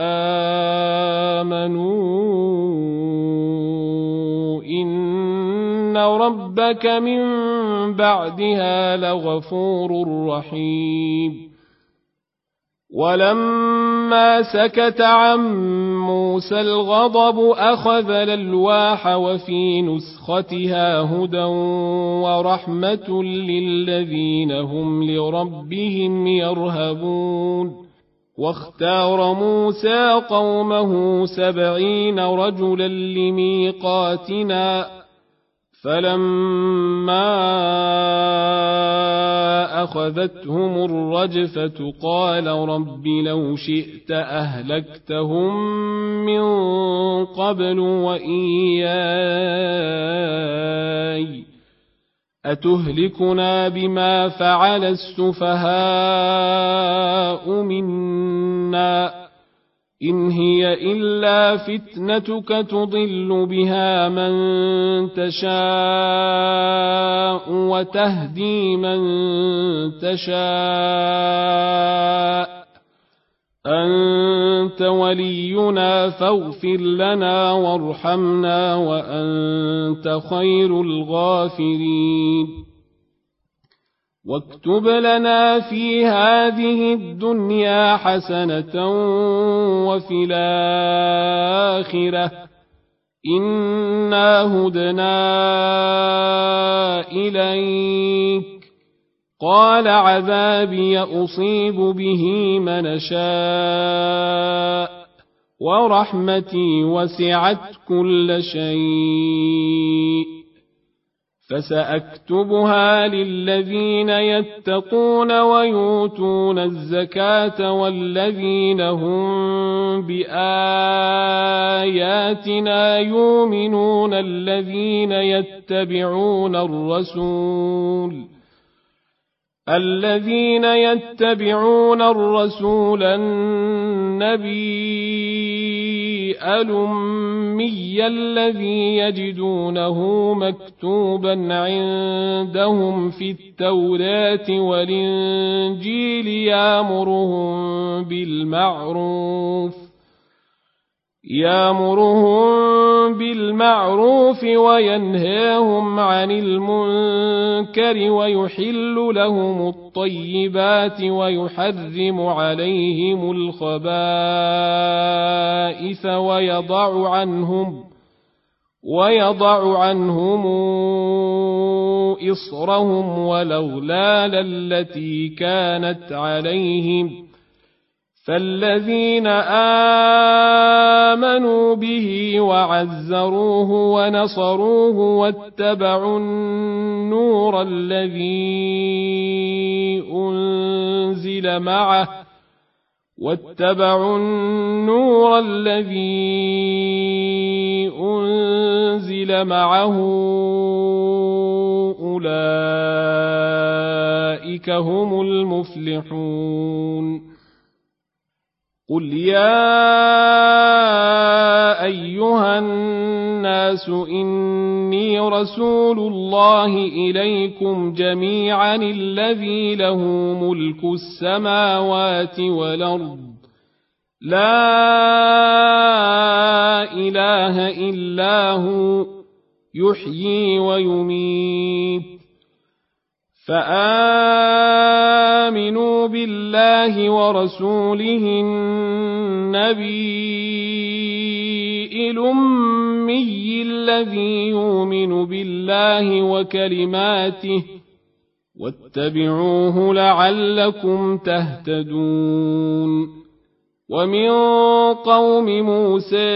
وآمنوا إن ربك من بعدها لغفور رحيم ولما سكت عن موسى الغضب أخذ الألواح وفي نسختها هدى ورحمة للذين هم لربهم يرهبون واختار موسى قومه سبعين رجلا لميقاتنا فلما أخذتهم الرجفة قال رب لو شئت أهلكتهم من قبل وإياي أتهلكنا بما فعل السفهاء منا إن هي إلا فتنتك تضل بها من تشاء وتهدي من تشاء أنت ولينا فاغفر لنا وارحمنا وأنت خير الغافرين واكتب لنا في هذه الدنيا حسنة وفي الآخرة إنا هدنا إليك قال عذابي أصيب به من شاء ورحمتي وسعت كل شيء فسأكتبها للذين يتقون ويؤتون الزكاة والذين هم بآياتنا يؤمنون الذين يتبعون الرسول الذين يتبعون الرسول النبي الأمي الذي يجدونه مكتوبا عندهم في التوراة والإنجيل يأمرهم بالمعروف يأمرهم بالمعروف وينهاهم عن المنكر ويحل لهم الطيبات ويحرم عليهم الخبائث ويضع عنهم ويضع عنهم إصرهم والأغلال التي كانت عليهم فالذين آمنوا به وعزروه ونصروه واتبعوا النور الذي أنزل معه واتبعوا النور الذي أنزل معه أولئك هم المفلحون قل يا أيها الناس إني رسول الله إليكم جميعا الذي له ملك السماوات والأرض لا إله إلا هو يحيي ويميت فآمنوا بالله ورسوله النبي الأمي الذي يؤمن بالله وكلماته واتبعوه لعلكم تهتدون ومن قوم موسى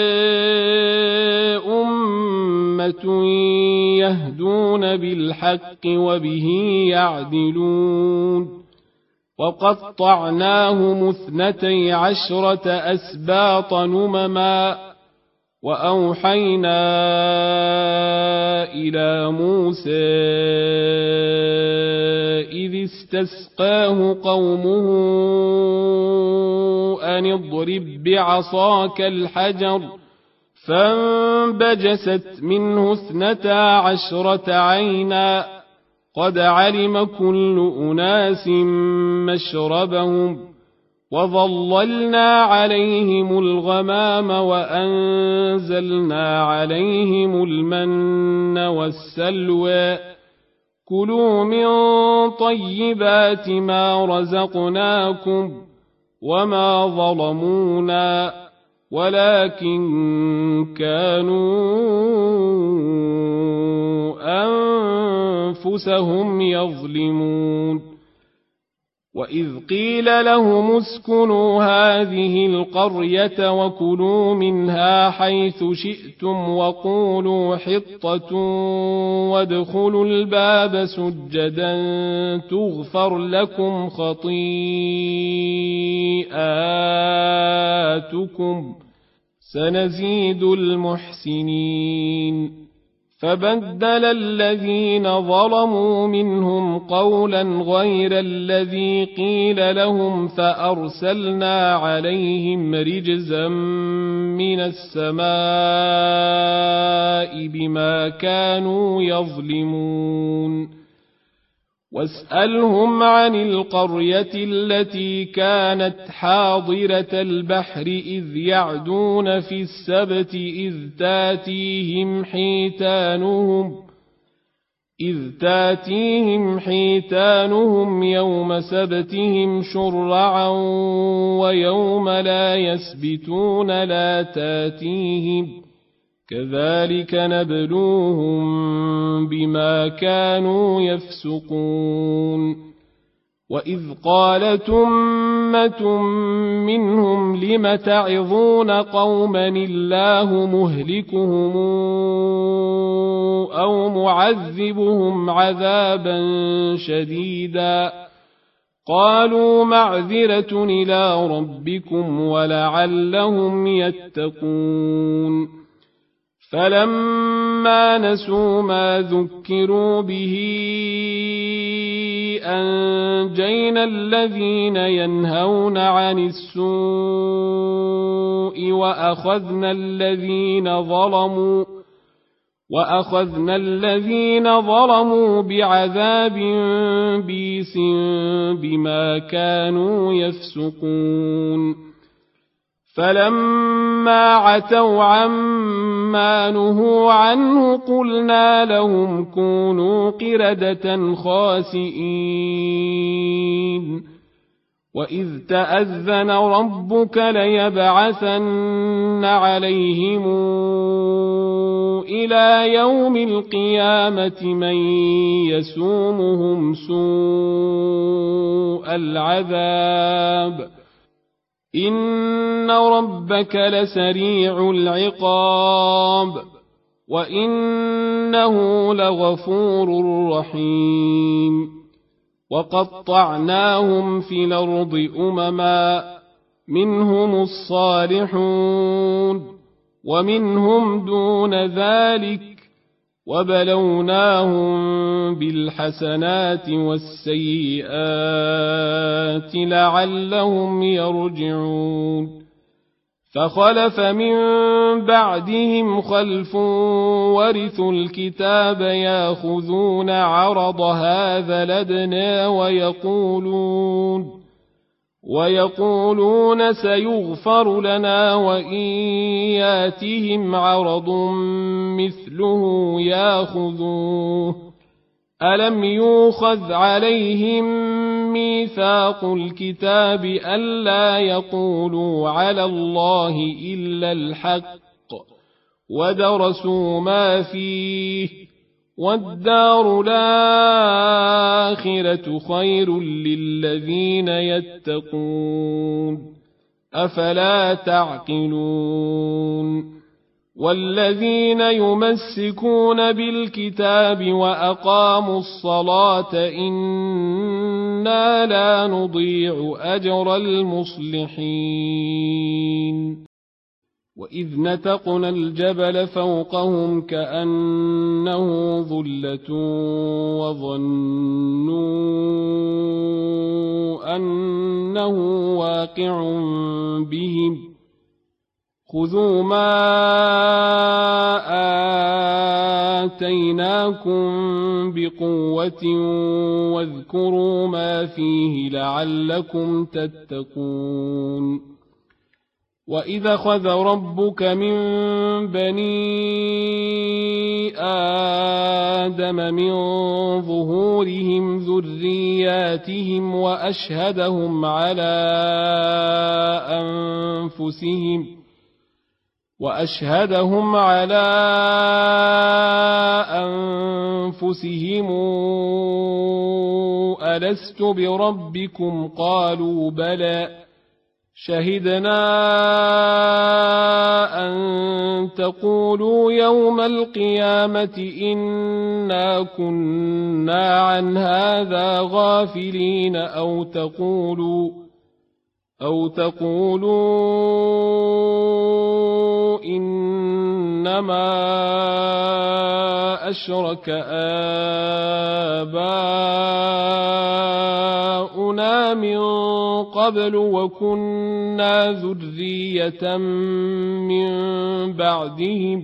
أمة يهدون بالحق وبه يعدلون وقطعناهم اثنتي عشرة أسباط نمما وأوحينا إلى موسى إذ استسقاه قومه أن اضرب بعصاك الحجر فانبجست منه اثنتا عشرة عينا قد علم كل أناس مشربهم وظللنا عليهم الغمام وأنزلنا عليهم المن والسلوى كلوا من طيبات ما رزقناكم وما ظلمونا ولكن كانوا أنفسهم يظلمون وإذ قيل لهم اسكنوا هذه القرية وكلوا منها حيث شئتم وقولوا حطة وادخلوا الباب سجدا تغفر لكم خطيئاتكم سنزيد المحسنين فبدل الذين ظلموا منهم قولا غير الذي قيل لهم فأرسلنا عليهم رجزا من السماء بما كانوا يظلمون واسألهم عن القرية التي كانت حاضرة البحر إذ يعدون في السبت إذ تاتيهم حيتانهم إذ تاتيهم حيتانهم يوم سبتهم شرعا ويوم لا يسبتون لا تاتيهم كذلك نبلوهم بما كانوا يفسقون وإذ قالت أمة منهم لم تعظون قوما الله مهلكهم أو معذبهم عذابا شديدا قالوا معذرة إلى ربكم ولعلهم يتقون فلما نسوا ما ذكروا به أنجينا الذين ينهون عن السوء وأخذنا الذين ظلموا وأخذنا الذين ظلموا بعذاب بئيس بما كانوا يفسقون فلما عتوا عما نهوا عنه قلنا لهم كونوا قردة خاسئين وإذ تأذن ربك ليبعثن عليهم إلى يوم القيامة من يسومهم سوء العذاب إن ربك لسريع العقاب وإنه لغفور رحيم وقطعناهم في الأرض أمما منهم الصالحون ومنهم دون ذلك وبلوناهم بالحسنات والسيئات لعلهم يرجعون فخلف من بعدهم خلف ورثوا الكتاب ياخذون عرض هذا الأدنى ويقولون ويقولون سيغفر لنا وإن ياتهم عرض مثله ياخذوه ألم يؤخذ عليهم ميثاق الكتاب ألا يقولوا على الله إلا الحق ودرسوا ما فيه والدار الآخرة خير للذين يتقون أفلا تعقلون والذين يمسكون بالكتاب وأقاموا الصلاة إنا لا نضيع أجر المصلحين وإذ نتقنا الجبل فوقهم كأنه ظلة وظنوا أنه واقع بهم خذوا ما آتيناكم بقوة واذكروا ما فيه لعلكم تتقون وإذا أخذ ربك من بني آدم من ظهورهم ذرياتهم وأشهدهم على أنفسهم وأشهدهم على أنفسهم ألست بربكم قالوا بلى شهدنا أن تقولوا يوم القيامة إنا كنا عن هذا غافلين أو تقولوا أو تقولوا إنما أشرك آباؤنا من قبل وكنا ذرية من بعدهم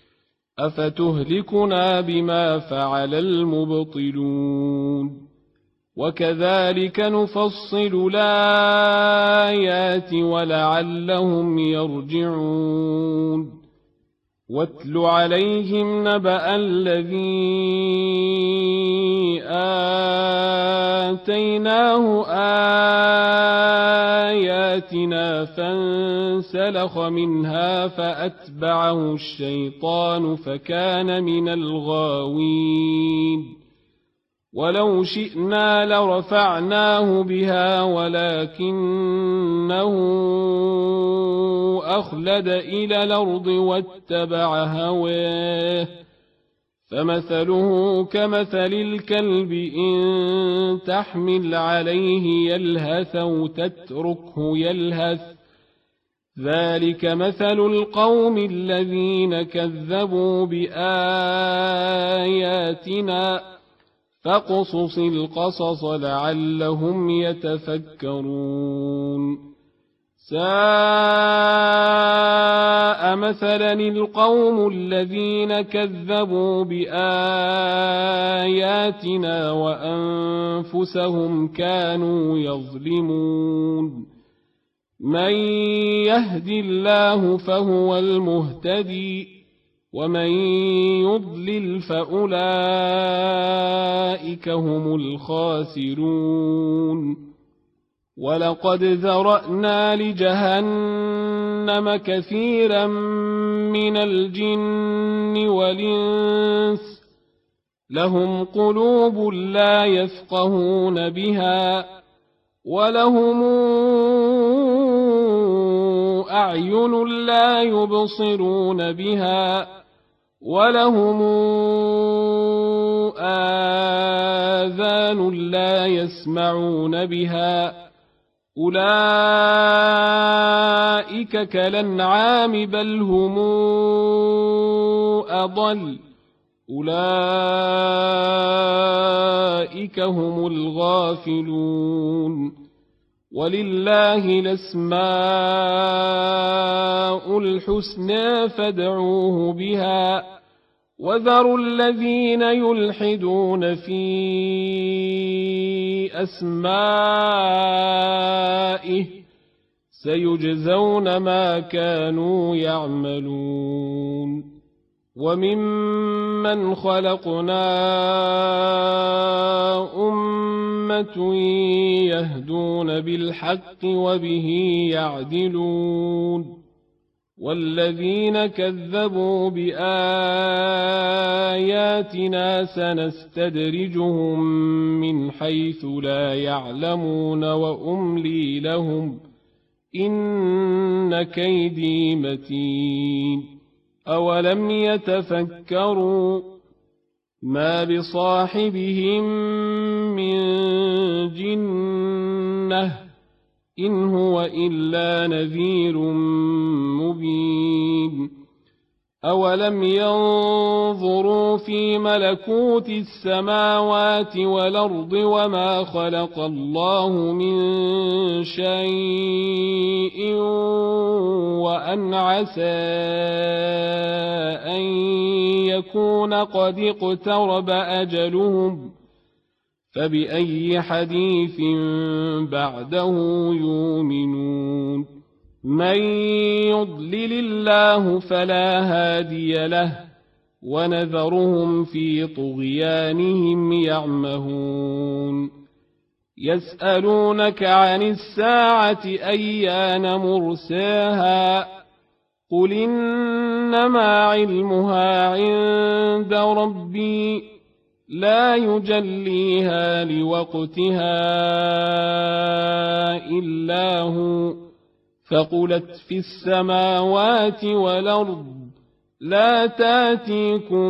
أفتهلكنا بما فعل المبطلون وكذلك نفصل الآيات ولعلهم يرجعون واتل عليهم نبأ الذي آتيناه آياتنا فانسلخ منها فأتبعه الشيطان فكان من الغاوين ولو شئنا لرفعناه بها ولكنه أخلد إلى الأرض واتبع هواه فمثله كمثل الكلب إن تحمل عليه يلهث أو تتركه يلهث ذلك مثل القوم الذين كذبوا بآياتنا فاقصص القصص لعلهم يتفكرون ساء مثلا القوم الذين كذبوا بآياتنا وأنفسهم كانوا يظلمون من يهد الله فهو المهتدي ومن يضلل فأولئك هم الخاسرون ولقد ذرأنا لجهنم كثيرا من الجن والإنس لهم قلوب لا يفقهون بها ولهم أعين لا يبصرون بها ولهم آذان لا يسمعون بها أولئك كالأنعام بل هم أضل أولئك هم الغافلون ولله الأسماء الحسنى فادعوه بها وذروا الذين يلحدون في أسمائه سيجزون ما كانوا يعملون وممن خلقنا أمة يهدون بالحق وبه يعدلون والذين كذبوا بآياتنا سنستدرجهم من حيث لا يعلمون وأملي لهم إن كيدي متين أولم يتفكروا ما بصاحبهم من جنة إن هو إلا نذير مبين أولم ينظروا في ملكوت السماوات والأرض وما خلق الله من شيء وأن عسى أن يكون قد اقترب أجلهم فبأي حديث بعده يؤمنون من يضلل الله فلا هادي له ونذرهم في طغيانهم يعمهون يسألونك عن الساعة أيان مرساها قل إنما علمها عند ربي لا يجليها لوقتها إلا هو ثقلت في السماوات والأرض لا تاتيكم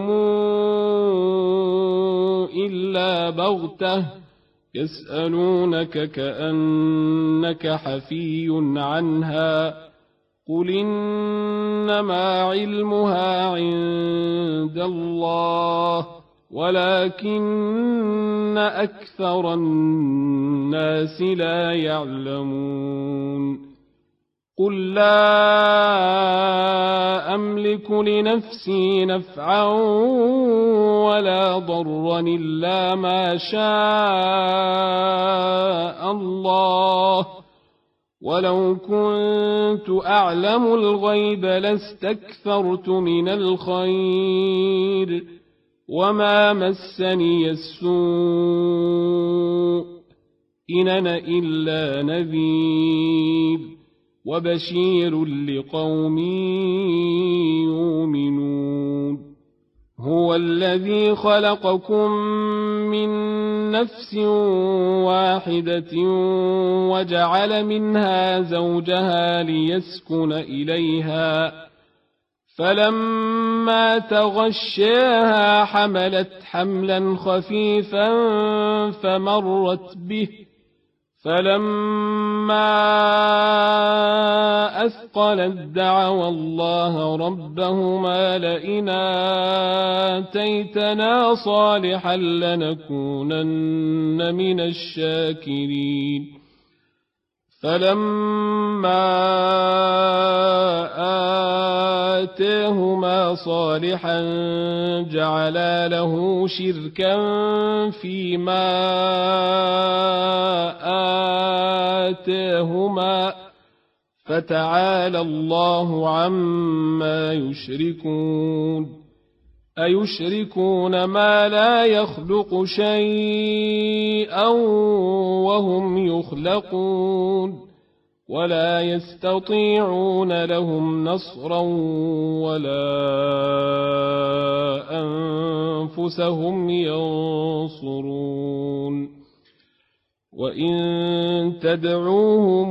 إلا بغتة يسألونك كأنك حفي عنها قل إنما علمها عند الله ولكن أكثر الناس لا يعلمون قل لا أملك لنفسي نفعا ولا ضرا إلا ما شاء الله ولو كنت أعلم الغيب لاستكثرت من الخير وما مسني السوء إن أنا إلا نذير وبشير لقوم يؤمنون هو الذي خلقكم من نفس واحدة وجعل منها زوجها ليسكن إليها فلما تغشاها حملت حملا خفيفا فمرت به فلما أثقلت دعوا الله ربهما لئن آتيتنا صالحا لنكونن من الشاكرين فلما آتاهما صالحا جعلا له شركا فيما آتاهما فتعالى الله عما يشركون أيشركون ما لا يخلق شيئا وهم يخلقون ولا يستطيعون لهم نصرا ولا أنفسهم ينصرون وإن تدعوهم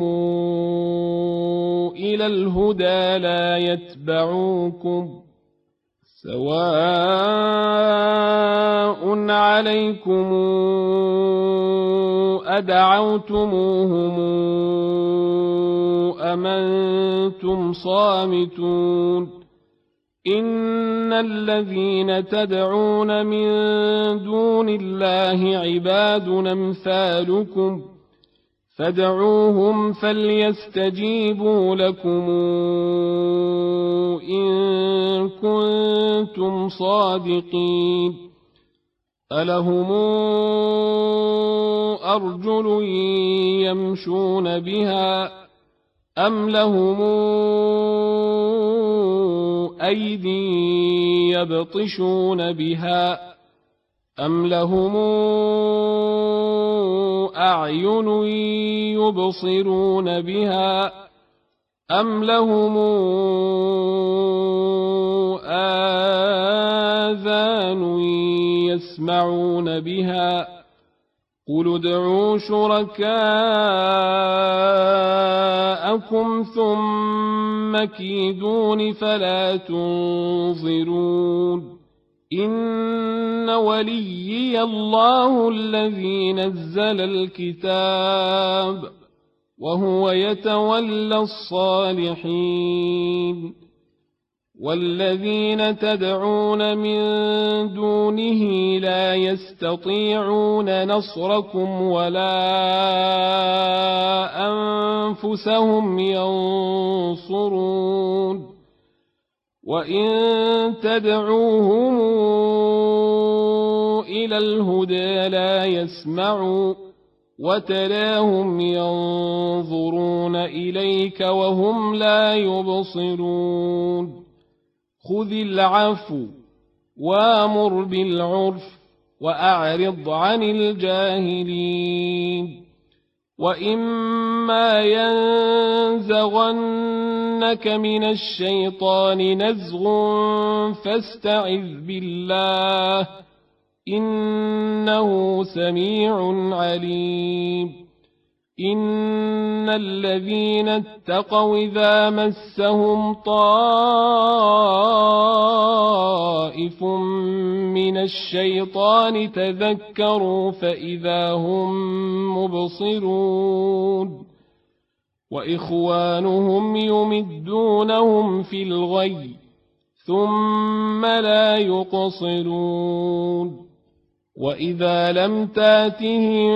إلى الهدى لا يتبعوكم سواء عليكم أدعوتموهم أم أنتم صامتون إن الذين تدعون من دون الله عباد أمثالكم فادعوهم فليستجيبوا لكم إن كنتم صادقين ألهم أرجل يمشون بها أم لهم أيدي يبطشون بها أم لهم أعين يبصرون بها أم لهم آذان يسمعون بها قل ادعوا شركاءكم ثم كيدون فلا تنظرون إن وليي الله الذي نزل الكتاب وهو يتولى الصالحين والذين تدعون من دونه لا يستطيعون نصركم ولا أنفسهم ينصرون وإن تدعوهم إلى الهدى لا يسمعوا وتراهم ينظرون إليك وهم لا يبصرون خذ العفو وامر بالعرف وأعرض عن الجاهلين وإما ينزغنك من الشيطان نزغ فاستعذ بالله إنه سميع عليم إن الذين اتقوا إذا مسهم طائف من الشيطان تذكروا فإذا هم مبصرون وإخوانهم يمدونهم في الغي ثم لا يقصرون وإذا لم تاتهم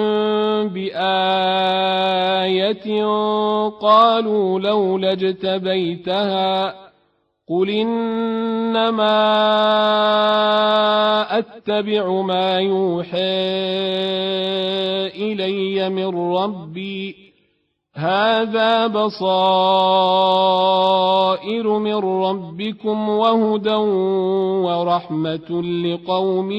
بآية قالوا لولا اجتبيتها قل إنما أتبع ما يوحى إلي من ربي هذا بصائر من ربكم وهدى ورحمة لقوم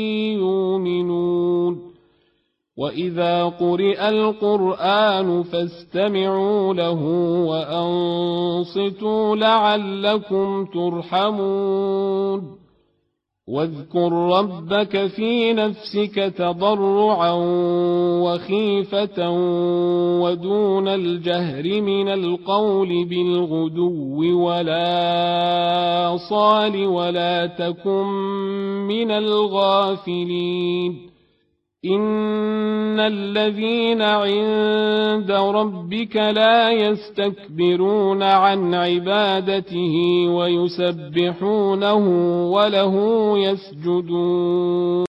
يؤمنون وإذا قرئ القرآن فاستمعوا له وأنصتوا لعلكم ترحمون واذكر ربك في نفسك تضرعا وخيفة ودون الجهر من القول بالغدو ولا صال ولا تكن من الغافلين إن الذين عند ربك لا يستكبرون عن عبادته ويسبحونه وله يسجدون